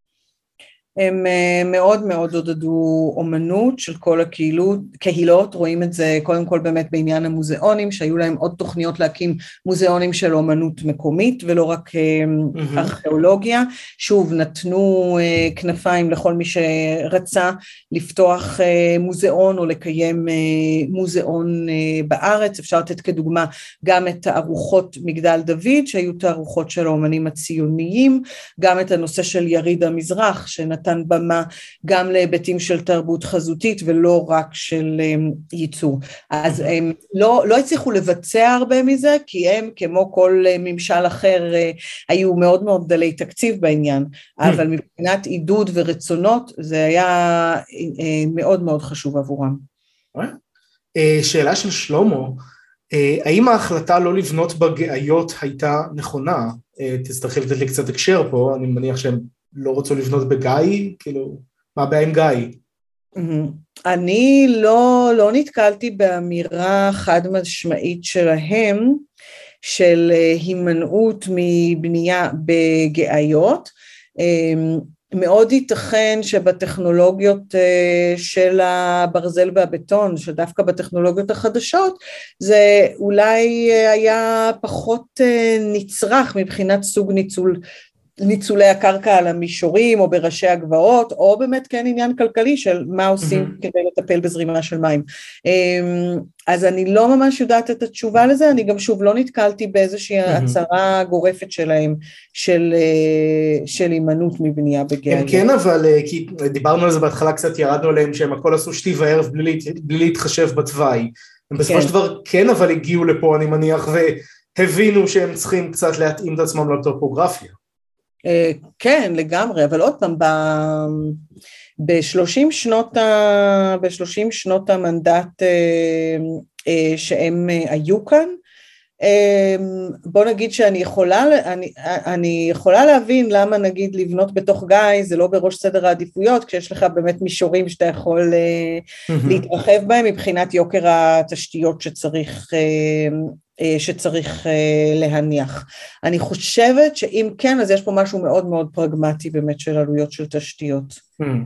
הם מאוד מאוד עודדו אומנות של כל הקהילות, קהילות, רואים את זה קודם כל באמת בעניין המוזיאונים, שהיו להם עוד תוכניות להקים מוזיאונים של אומנות מקומית, ולא רק mm-hmm. ארכיאולוגיה, שוב נתנו כנפיים לכל מי שרצה לפתוח מוזיאון או לקיים מוזיאון בארץ, אפשר לתת כדוגמה גם את תערוכות מגדל דוד, שהיו תערוכות של האומנים הציוניים, גם את הנושא של יריד המזרח, שנתן במה גם להיבטים של תרבות חזותית ולא רק של ייצור. אז הם לא, לא הצליחו לבצע הרבה מזה, כי הם כמו כל ממשל אחר היו מאוד מאוד דלי תקציב בעניין, אבל מבחינת עידוד ורצונות זה היה מאוד מאוד חשוב עבורם. שאלה של שלמה, האם ההחלטה לא לבנות בגאיות הייתה נכונה? תצטרכי לתת לי קצת הקשר פה, אני מניח שהם לא רצו לבנות בגיא, כאילו, מה הבעיה עם גיא? אני לא, לא נתקלתי באמירה חד משמעית שלהם, של הימנעות מבנייה בגאיות, מאוד ייתכן שבטכנולוגיות של הברזל והבטון, שדווקא בטכנולוגיות החדשות, זה אולי היה פחות נצרך מבחינת סוג ניצול, ניצולי הקרקע על המישורים או בראשי הגבעות, או באמת כן עניין כלכלי של מה עושים mm-hmm. כדי לטפל בזרימה של מים. אז אני לא ממש יודעת את התשובה לזה, אני גם שוב לא נתקלתי באיזושהי mm-hmm. הצהרה גורפת שלהם, של, של הימנעות מבנייה בגאיות. הם כן, אבל כי דיברנו על זה בהתחלה קצת, ירדנו עליהם שהם הכל עשו שתי וערב בלי, בלי להתחשב בתוואי. הם בסופו כן. של דבר כן, אבל הגיעו לפה אני מניח, והבינו שהם צריכים קצת להתאים את עצמם לטופוגרפיה. כן, לגמרי, אבל עוד פעם, בשלושים שנות, ה, בשלושים שנות המנדט שהם היו כאן, בוא נגיד שאני יכולה, אני, אני יכולה להבין למה נגיד לבנות בתוך גיא, זה לא בראש סדר העדיפויות, כשיש לך באמת מישורים שאתה יכול להתרחב בהם, מבחינת יוקר התשתיות שצריך שצריך להניח. אני חושבת שאם כן, אז יש פה משהו מאוד מאוד פרגמטי באמת של עלויות של תשתיות.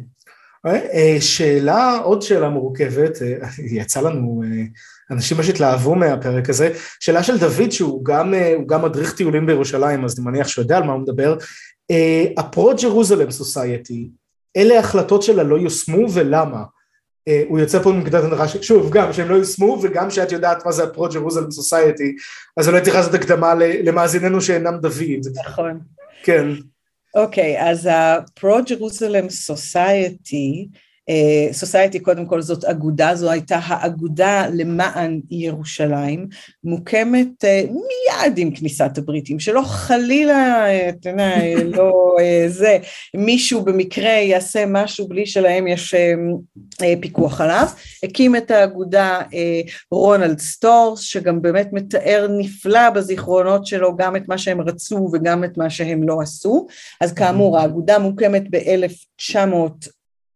שאלה, עוד שאלה מורכבת, יצא לנו, אנשים פשוט התלהבו מהפרק הזה, שאלה של דוד שהוא גם, הוא גם מדריך טיולים בירושלים, אז אני מניח שהוא יודע על מה הוא מדבר, הפרו-ג'רוזלם סוסייטי, אלה החלטות שלה לא יושמו ולמה? הוא יוצא פה מנקודת הנחה, שוב, גם שהם לא יושמו, וגם שאת יודעת מה זה הפרו-ג'רוזלם סוסייטי, אז אני לא צריך לעשות הקדמה למאזיננו שאינם דוד. נכון. כן. אוקיי, אז הפרו-ג'רוזלם סוסייטי, סוסייטי קודם כל זאת אגודה, זו הייתה האגודה למען ירושלים, מוקמת מיד עם כניסת הבריטים, שלא חלילה, תנא, לא זה, מישהו במקרה יעשה משהו בלי שלהם יש פיקוח עליו, הקים את האגודה רונלד סטורס, שגם באמת מתאר נפלא בזיכרונות שלו, גם את מה שהם רצו וגם את מה שהם לא עשו, אז כאמור האגודה מוקמת ב-אלף תשע מאות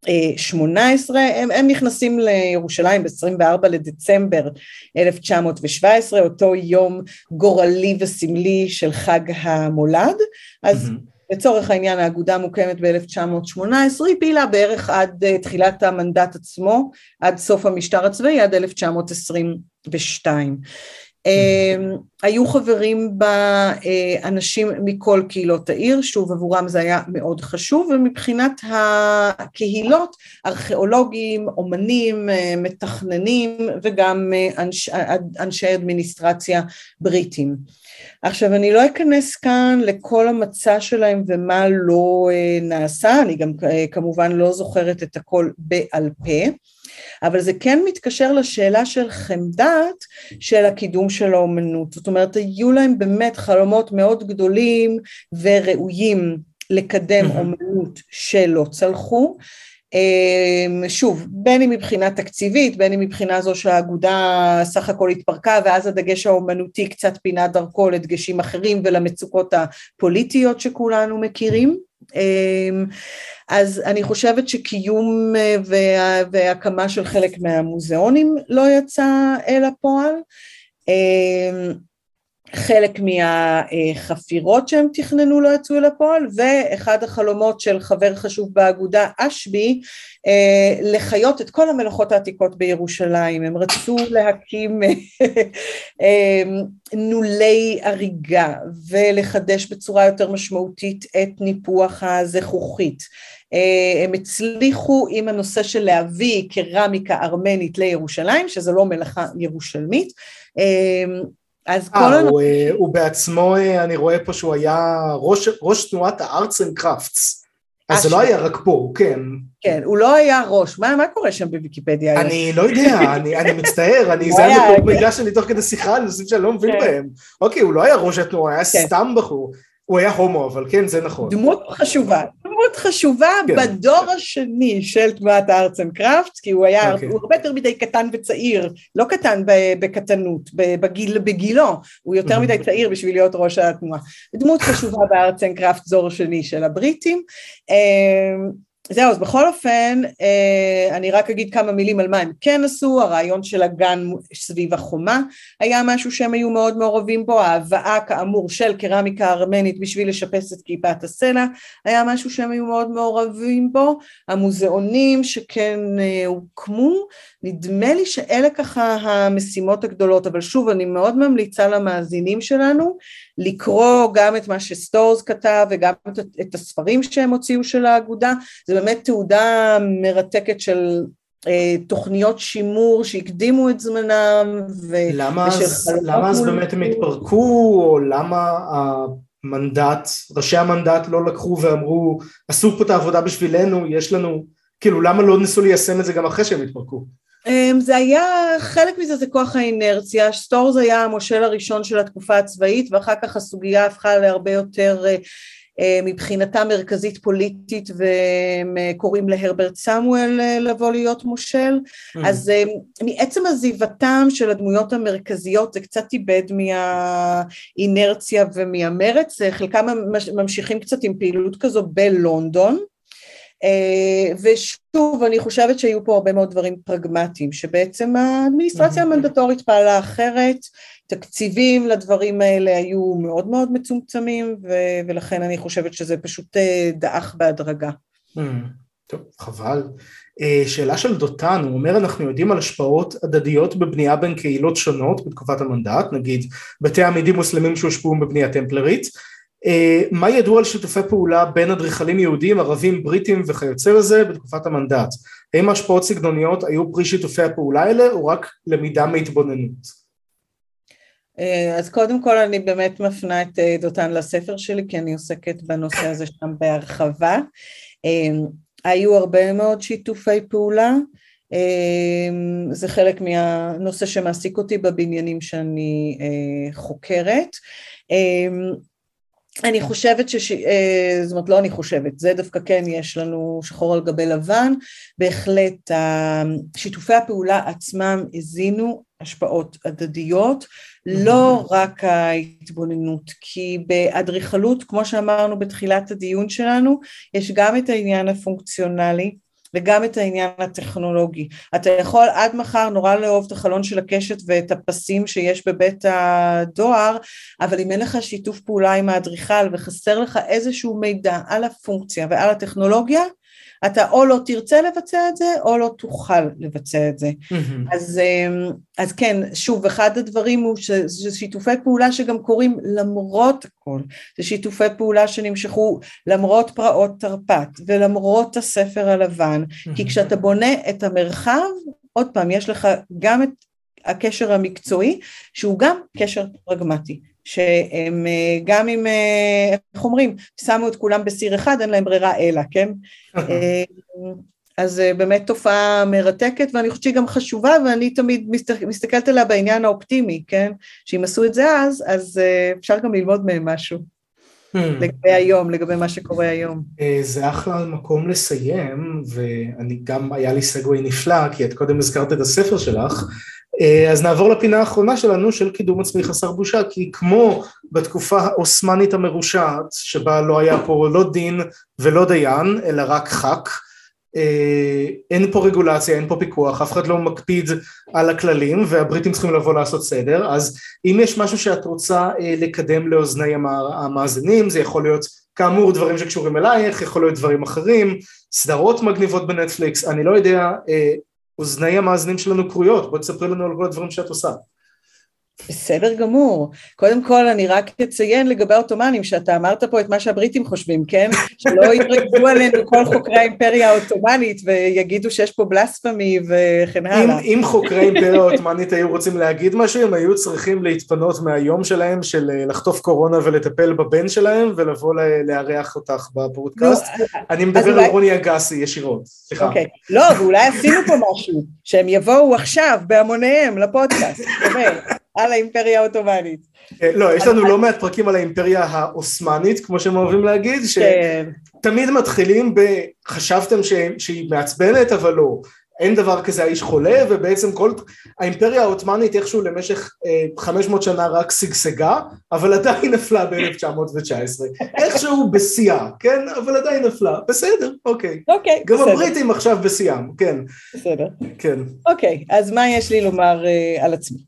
שמונה עשרה, הם, הם נכנסים לירושלים ב-עשרים וארבעה לדצמבר אלף תשע מאות שבע עשרה, אותו יום גורלי וסמלי של חג המולד, אז mm-hmm. לצורך העניין האגודה מוקמת ב-אלף תשע מאות שמונה עשרה, היא פעילה בערך עד uh, תחילת המנדט עצמו, עד סוף המשטר הצבאי, עד אלף תשע מאות עשרים ושתיים. Uh, היו חברים בה uh, אנשים מכל קהילות העיר, שוב עבורם זה היה מאוד חשוב, ומבחינת הקהילות, ארכיאולוגים, אומנים, uh, מתכננים, וגם uh, אנש, אנשי אדמיניסטרציה בריטים. עכשיו אני לא אכנס כאן לכל המצע שלהם ומה לא uh, נעשה, אני גם uh, כמובן לא זוכרת את הכל בעל פה, אבל זה כן מתקשר לשאלה של חמדת של הקידום של האומנות, זאת אומרת היו להם באמת חלומות מאוד גדולים וראויים לקדם אומנות שלא צלחו, שוב בין אם מבחינה תקציבית, בין אם מבחינה זו שהאגודה סך הכל התפרקה ואז הדגש האומנותי קצת פינה דרכו לדגשים אחרים ולמצוקות הפוליטיות שכולנו מכירים, אז אני חושבת שקיום וה, והקמה של חלק מהמוזיאונים לא יצא אל הפועל, חלק מהחפירות שהם תכננו לא יצאו אל הפועל, ואחד החלומות של חבר חשוב באגודה אשבי, לחיות את כל המלאכות העתיקות בירושלים. הם רצו להקים נולי אריגה, ולחדש בצורה יותר משמעותית את ניפוח הזכוכית. הם הצליחו עם הנושא של להביא קרמיקה ארמנית לירושלים, שזה לא מלאכה ירושלמית, אז כל הנושא... הוא, הוא בעצמו, אני רואה פה שהוא היה ראש, ראש תנועת הארטס אנד קראפטס, אז זה לא היה רק פה, כן. כן, הוא לא היה ראש, מה, מה קורה שם בוויקיפדיה? אני לא יודע, אני, אני מצטער, אני, זה היה מקור מידע שאני תוך כדי שיחה, אני חושב שאני לא מבין בהם. אוקיי, הוא לא היה ראש התנועה, הוא היה סתם בחור, הוא היה הומו, אבל כן, זה נכון. דמות חשובה, דמות חשובה בדור השני של תנועת הארטס אנד קראפטס, כי הוא היה, הוא הרבה יותר מדי קטן וצעיר, לא קטן בקטנות, בגילו, הוא יותר מדי צעיר בשביל להיות ראש התנועה. דמות חשובה בארטס אנד קראפטס דור השני של הבריטים, זהו, אז בכל אופן, אני רק אגיד כמה מילים על מה הם כן עשו, הרעיון של הגן סביב החומה, היה משהו שהם היו מאוד מעורבים בו, ההבאה כאמור של קרמיקה ארמנית בשביל לשפץ את כיפת הסלע, היה משהו שהם היו מאוד מעורבים בו, המוזיאונים שכן הוקמו, נדמה לי שאלה ככה המשימות הגדולות, אבל שוב אני מאוד ממליצה למאזינים שלנו, לקרוא גם את מה שסטורס כתב, וגם את הספרים שהם הוציאו של האגודה, זה באמת תעודה מרתקת של אה, תוכניות שימור שהקדימו את זמנם. ו- למה, אז, למה אז באמת הם התפרקו, או למה המנדט, ראשי המנדט לא לקחו ואמרו, עשו פה את העבודה בשבילנו, יש לנו, כאילו למה לא ניסו ליישם את זה גם אחרי שהם התפרקו? זה היה, חלק מזה זה כוח האינרציה, סטורס היה המושל הראשון של התקופה הצבאית, ואחר כך הסוגיה הפכה להרבה יותר מבחינתה מרכזית פוליטית, והם קוראים להרברט סמואל לבוא להיות מושל, mm. אז מעצם עזיבתם של הדמויות המרכזיות, זה קצת איבד מהאינרציה ומהמרץ, חלקם ממשיכים קצת עם פעילות כזו בלונדון, ושוב אני חושבת שהיו פה הרבה מאוד דברים פרגמטיים, שבעצם האדמיניסטרציה המנדטורית פעלה אחרת, תקציבים לדברים האלה היו מאוד מאוד מצומצמים, ולכן אני חושבת שזה פשוט דאח בהדרגה. טוב, חבל. שאלה של דותן, הוא אומר, אנחנו יודעים על השפעות הדדיות בבנייה בין קהילות שונות בתקופת המנדט, נגיד בתי עמידים מוסלמים שהושפעו בבנייה טמפלרית, מה ידוע על שיתופי פעולה בין אדריכלים יהודים, ערבים, בריטים וכיוצא לזה בתקופת המנדט? האם ההשפעות סגנוניות היו פרי שיתופי הפעולה האלה, או רק למידה מהתבוננות? אז קודם כל אני באמת מפנה את דותן לספר שלי, כי אני עוסקת בנושא הזה שם בהרחבה. היו הרבה מאוד שיתופי פעולה, זה חלק מהנושא שמעסיק אותי בבניינים שאני חוקרת. אני חושבת ש... זאת אומרת, לא אני חושבת, זה דווקא כן יש לנו שחור על גבי לבן, בהחלט שיתופי הפעולה עצמם הזינו השפעות הדדיות, לא רק ההתבוננות, כי באדריכלות, כמו שאמרנו בתחילת הדיון שלנו, יש גם את העניין הפונקציונלי, וגם את העניין הטכנולוגי. אתה יכול עד מחר נורא לאהוב את החלון של הקשת ואת הפסים שיש בבית הדואר, אבל אם אין לך שיתוף פעולה עם האדריכל וחסר לך איזשהו מידע על הפונקציה ועל הטכנולוגיה, אתה או לא תרצה לבצע את זה, או לא תוכל לבצע את זה. Mm-hmm. אז, אז כן, שוב, אחד הדברים הוא שזה שיתופי פעולה שגם קורים למרות הכל, זה שיתופי פעולה שנמשכו למרות פרעות תרפ"ט, ולמרות הספר הלבן, mm-hmm. כי כשאתה בונה את המרחב, עוד פעם, יש לך גם את הקשר המקצועי, שהוא גם קשר פרגמטי, שהם גם אם, איך אומרים, שמו את כולם בסיר אחד, אין להם ברירה אלא, כן? אז באמת תופעה מרתקת, ואני חושבת שהיא גם חשובה, ואני תמיד מסתכלת עליה בעניין האופטימי, כן? שאם עשו את זה אז, אז אפשר גם ללמוד מהם משהו, לגבי היום, לגבי מה שקורה היום. זה אחלה מקום לסיים, ואני גם, היה לי סגווי נפלא, כי את קודם הזכרת את הספר שלך, אז נעבור לפינה האחרונה שלנו של קידום עצמי חסר בושה, כי כמו בתקופה האוסמנית המרושעת, שבה לא היה פה לא דין ולא דיין, אלא רק חק, אין פה רגולציה, אין פה פיקוח, אף אחד לא מקפיד על הכללים, והבריטים צריכים לבוא לעשות סדר, אז אם יש משהו שאת רוצה לקדם לאוזני המאזינים, זה יכול להיות כאמור דברים שקשורים אלייך, יכול להיות דברים אחרים, סדרות מגניבות בנטפליקס, אני לא יודע, אוזני המאזינים שלנו קרויות, בוא תספרי לנו על כל הדברים שאת עושה. בסדר גמור. קודם כל אני רק אציין לגבי העות'מאנים, שאתה אמרת פה את מה שהבריטים חושבים, כן? שלא יתרגזו עלינו כל חוקרי האימפריה העות'מאנית ויגידו שיש פה בלספמי וכן הלאה. אם, אם חוקרי האימפריה העות'מאנית היו רוצים להגיד משהו, הם היו צריכים להתפנות מהיום שלהם של לחטוף קורונה ולטפל בבן שלהם ולבוא לארח אותך בפודקאסט. אני מדבר על רוני אגסי ישירות. סליחה. אוקיי. לא, ואולי עשינו פה משהו, שהם יבואו עכשיו בהמוניהם לפודקאסט. אומר. על האימפריה העות'מאנית. לא, יש לנו לא מעט פרקים על האימפריה האוסמנית, כמו שהם אוהבים להגיד, שתמיד מתחילים בחשבתם שהיא מעצבנת, אבל לא. אין דבר כזה האיש חולה, ובעצם כל האימפריה העות'מאנית איכשהו למשך חמש מאות שנה רק סגסגה, אבל עדיין נפלה ב-אלף תשע מאות תשע עשרה. איכשהו בשיאה, כן? אבל עדיין נפלה. בסדר, אוקיי. אוקיי, גם בסדר. הבריטים עכשיו בשיאם, כן. בסדר. כן. אוקיי, אז מה יש לי לומר uh, על עצמי?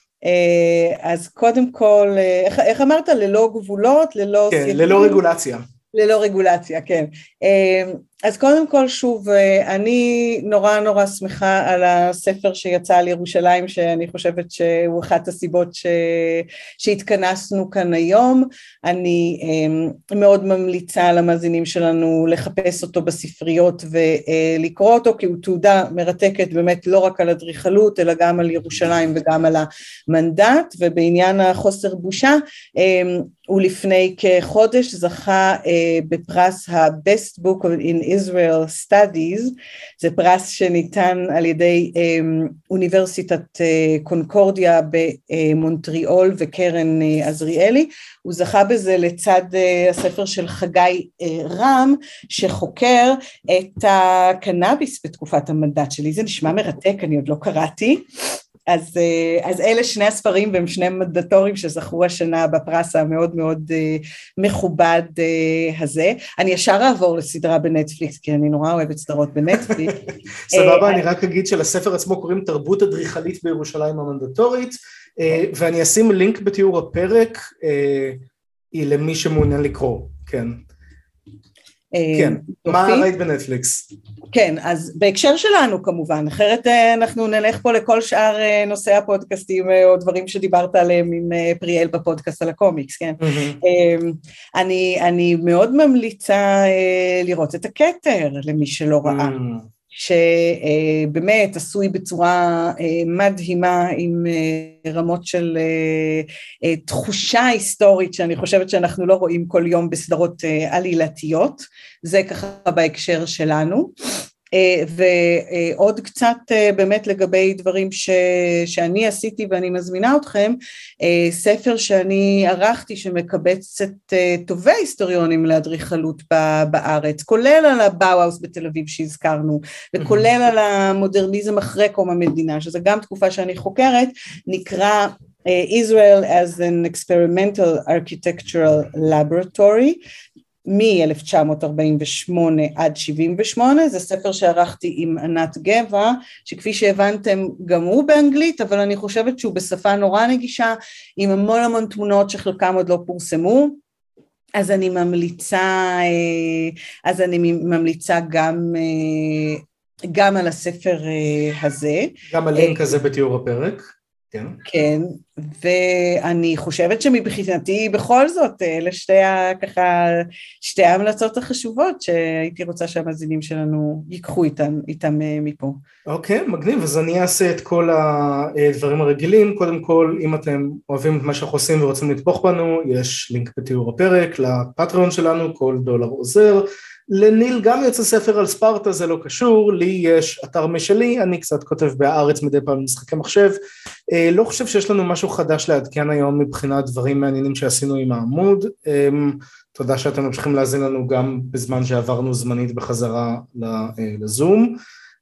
אז קודם כל, איך, איך אמרת? ללא גבולות, ללא... כן, סייגים? ללא רגולציה. ללא רגולציה, כן. אז קודם כל, שוב, אני נורא נורא שמחה על הספר שיצא על ירושלים, שאני חושבת שהוא אחת הסיבות ש... שהתכנסנו כאן היום. אני מאוד ממליצה למאזינים שלנו לחפש אותו בספריות ולקרוא אותו, כי הוא תעודה מרתקת באמת לא רק על אדריכלות, אלא גם על ירושלים וגם על המנדט, ובעניין החוסר בושה, הוא לפני כחודש זכה בפרס ה-Best Book in Israel Studies, זה פרס שניתן על ידי אוניברסיטת קונקורדיה במונטריאול וקרן עזריאלי, הוא זכה בזה לצד הספר של חגי רם, שחוקר את הקנאביס בתקופת המנדט שלי, זה נשמע מרתק, אני עוד לא קראתי, אז, אז אלה שני הספרים והם שני מנדטורים שזכו השנה בפרס המאוד מאוד מכובד הזה. אני ישר אעבור לסדרה בנטפליקס, כי אני נורא אוהבת סדרות בנטפליקס. סבבה, אני רק אגיד שלספר עצמו קוראים תרבות אדריכלית בירושלים המנדטורית, ואני אשים לינק בתיאור הפרק, היא למי שמעוניין לקרוא, כן. כן, מה ראית בנטפליקס? כן, אז בהקשר שלנו כמובן, אחרת אנחנו נלך פה לכל שאר נושאי הפודקאסטים או דברים שדיברת עליהם עם פריאל בפודקאסט על הקומיקס, כן? אני, אני מאוד ממליצה לראות את הכתר למי שלא ראה. שבאמת עשוי בצורה מדהימה עם רמות של תחושה היסטורית שאני חושבת שאנחנו לא רואים כל יום בסדרות עלילתיות, זה ככה בהקשר שלנו. ועוד קצת באמת לגבי דברים ש, שאני עשיתי ואני מזמינה אתכם, ספר שאני ערכתי שמקבץ את טובי היסטוריונים לאדריכלות בארץ, כולל על הבאוהאוס בתל אביב שהזכרנו, וכולל על המודרניזם אחרי קום המדינה, שזה גם תקופה שאני חוקרת, נקרא Israel as an Experimental Architectural Laboratory, מ-אלף תשע מאות ארבעים ושמונה עד שבעים ושמונה, זה ספר שערכתי עם ענת גבע, שכפי שהבנתם גם הוא באנגלית, אבל אני חושבת שהוא בשפה נורא נגישה, עם המון המון תמונות שחלקם עוד לא פורסמו, אז אני ממליצה, אז אני ממליצה גם, גם על הספר הזה. גם הלינק הזה בתיאור הפרק. כן. כן, ואני חושבת שמבחינתי בכל זאת, אלה שתי, ככה, שתי ההמלצות החשובות שהייתי רוצה שהמאזינים שלנו ייקחו איתם, איתם מפה. אוקיי, מגניב, אז אני אעשה את כל הדברים הרגילים, קודם כל, אם אתם אוהבים את מה שאנחנו עושים ורוצים לתמוך בנו, יש לינק בתיאור הפרק, לפטריון שלנו, כל דולר עוזר, לניל גם יוצא ספר על ספרטה, זה לא קשור, לי יש אתר משלי, אני קצת כותב בהארץ מדי פעם משחקי מחשב, לא חושב שיש לנו משהו חדש לעדכן היום מבחינת דברים מעניינים שעשינו עם העמוד, תודה שאתם ממשיכים להזין לנו גם בזמן שעברנו זמנית בחזרה לזום,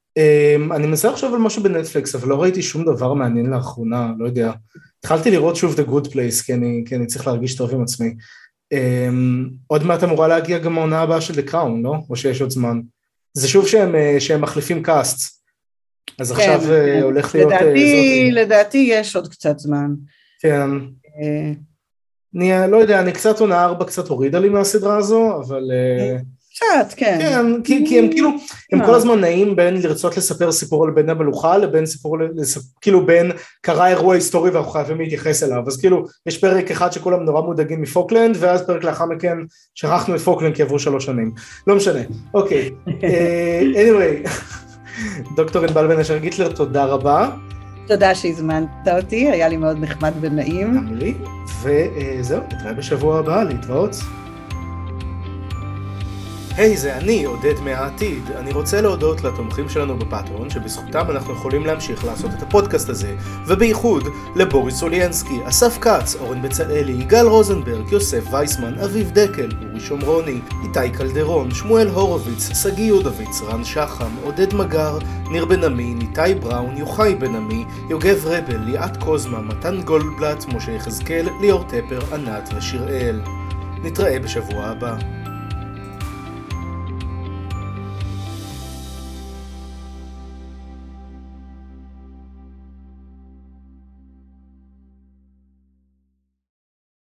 אני מנסה לחשוב על משהו בנטפליקס, אבל לא ראיתי שום דבר מעניין לאחרונה, לא יודע. התחלתי לראות שוב The Good Place, כי אני, כי אני צריך להרגיש טוב עם עצמי. עוד מעט אמורה להגיע גם העונה הבאה של The Crown, לא? או שיש עוד זמן. זה שוב שהם, שהם מחליפים קאסט. אז כן, עכשיו כן. הולך להיות... לדעתי, לדעתי יש עוד קצת זמן. כן. אני לא יודע, אני קצת עונה ארבע, קצת הורידה לי מהסדרה הזו, אבל... קצת, כן. כן, כי, כי הם כאילו, הם כל הזמן נעים בין לרצות לספר סיפור על בן המלוכה, לבין סיפור, כאילו בין קרה אירוע היסטורי ואנחנו חייבים להתייחס אליו, אז כאילו, יש פרק אחד שכולם נורא מודאגים מפוקלנד, ואז פרק לאחר מכן שכחנו את פוקלנד כי עברו שלוש שנים. לא משנה, אוקיי. anyway, דוקטור ענבל בן אשר גיטלר, תודה רבה. תודה שהזמנת אותי, היה לי מאוד נחמד ונעים. גם לי, וזהו, נתראה בשבוע הבא, להתראות. היי, hey, זה אני, עודד מהעתיד. אני רוצה להודות לתומכים שלנו בפטרון, שבזכותם אנחנו יכולים להמשיך לעשות את הפודקאסט הזה, ובייחוד לבוריס סוליינסקי, אסף קץ, אורן בצלאלי, יגאל רוזנברג, יוסף וייסמן, אביב דקל, אורי שומרוני, איתי קלדרון, שמואל הורוביץ, סגי יודוביץ, רן שחם, עודד מגר, ניר בן עמי, ניתי בראון, יוחאי בן עמי, יוגב רבל, ליאת קוזמה, מתן גולדבלט, משה יחזקאל, ליאור טפר, ענת ושיראל. נתראה בשבוע הבא.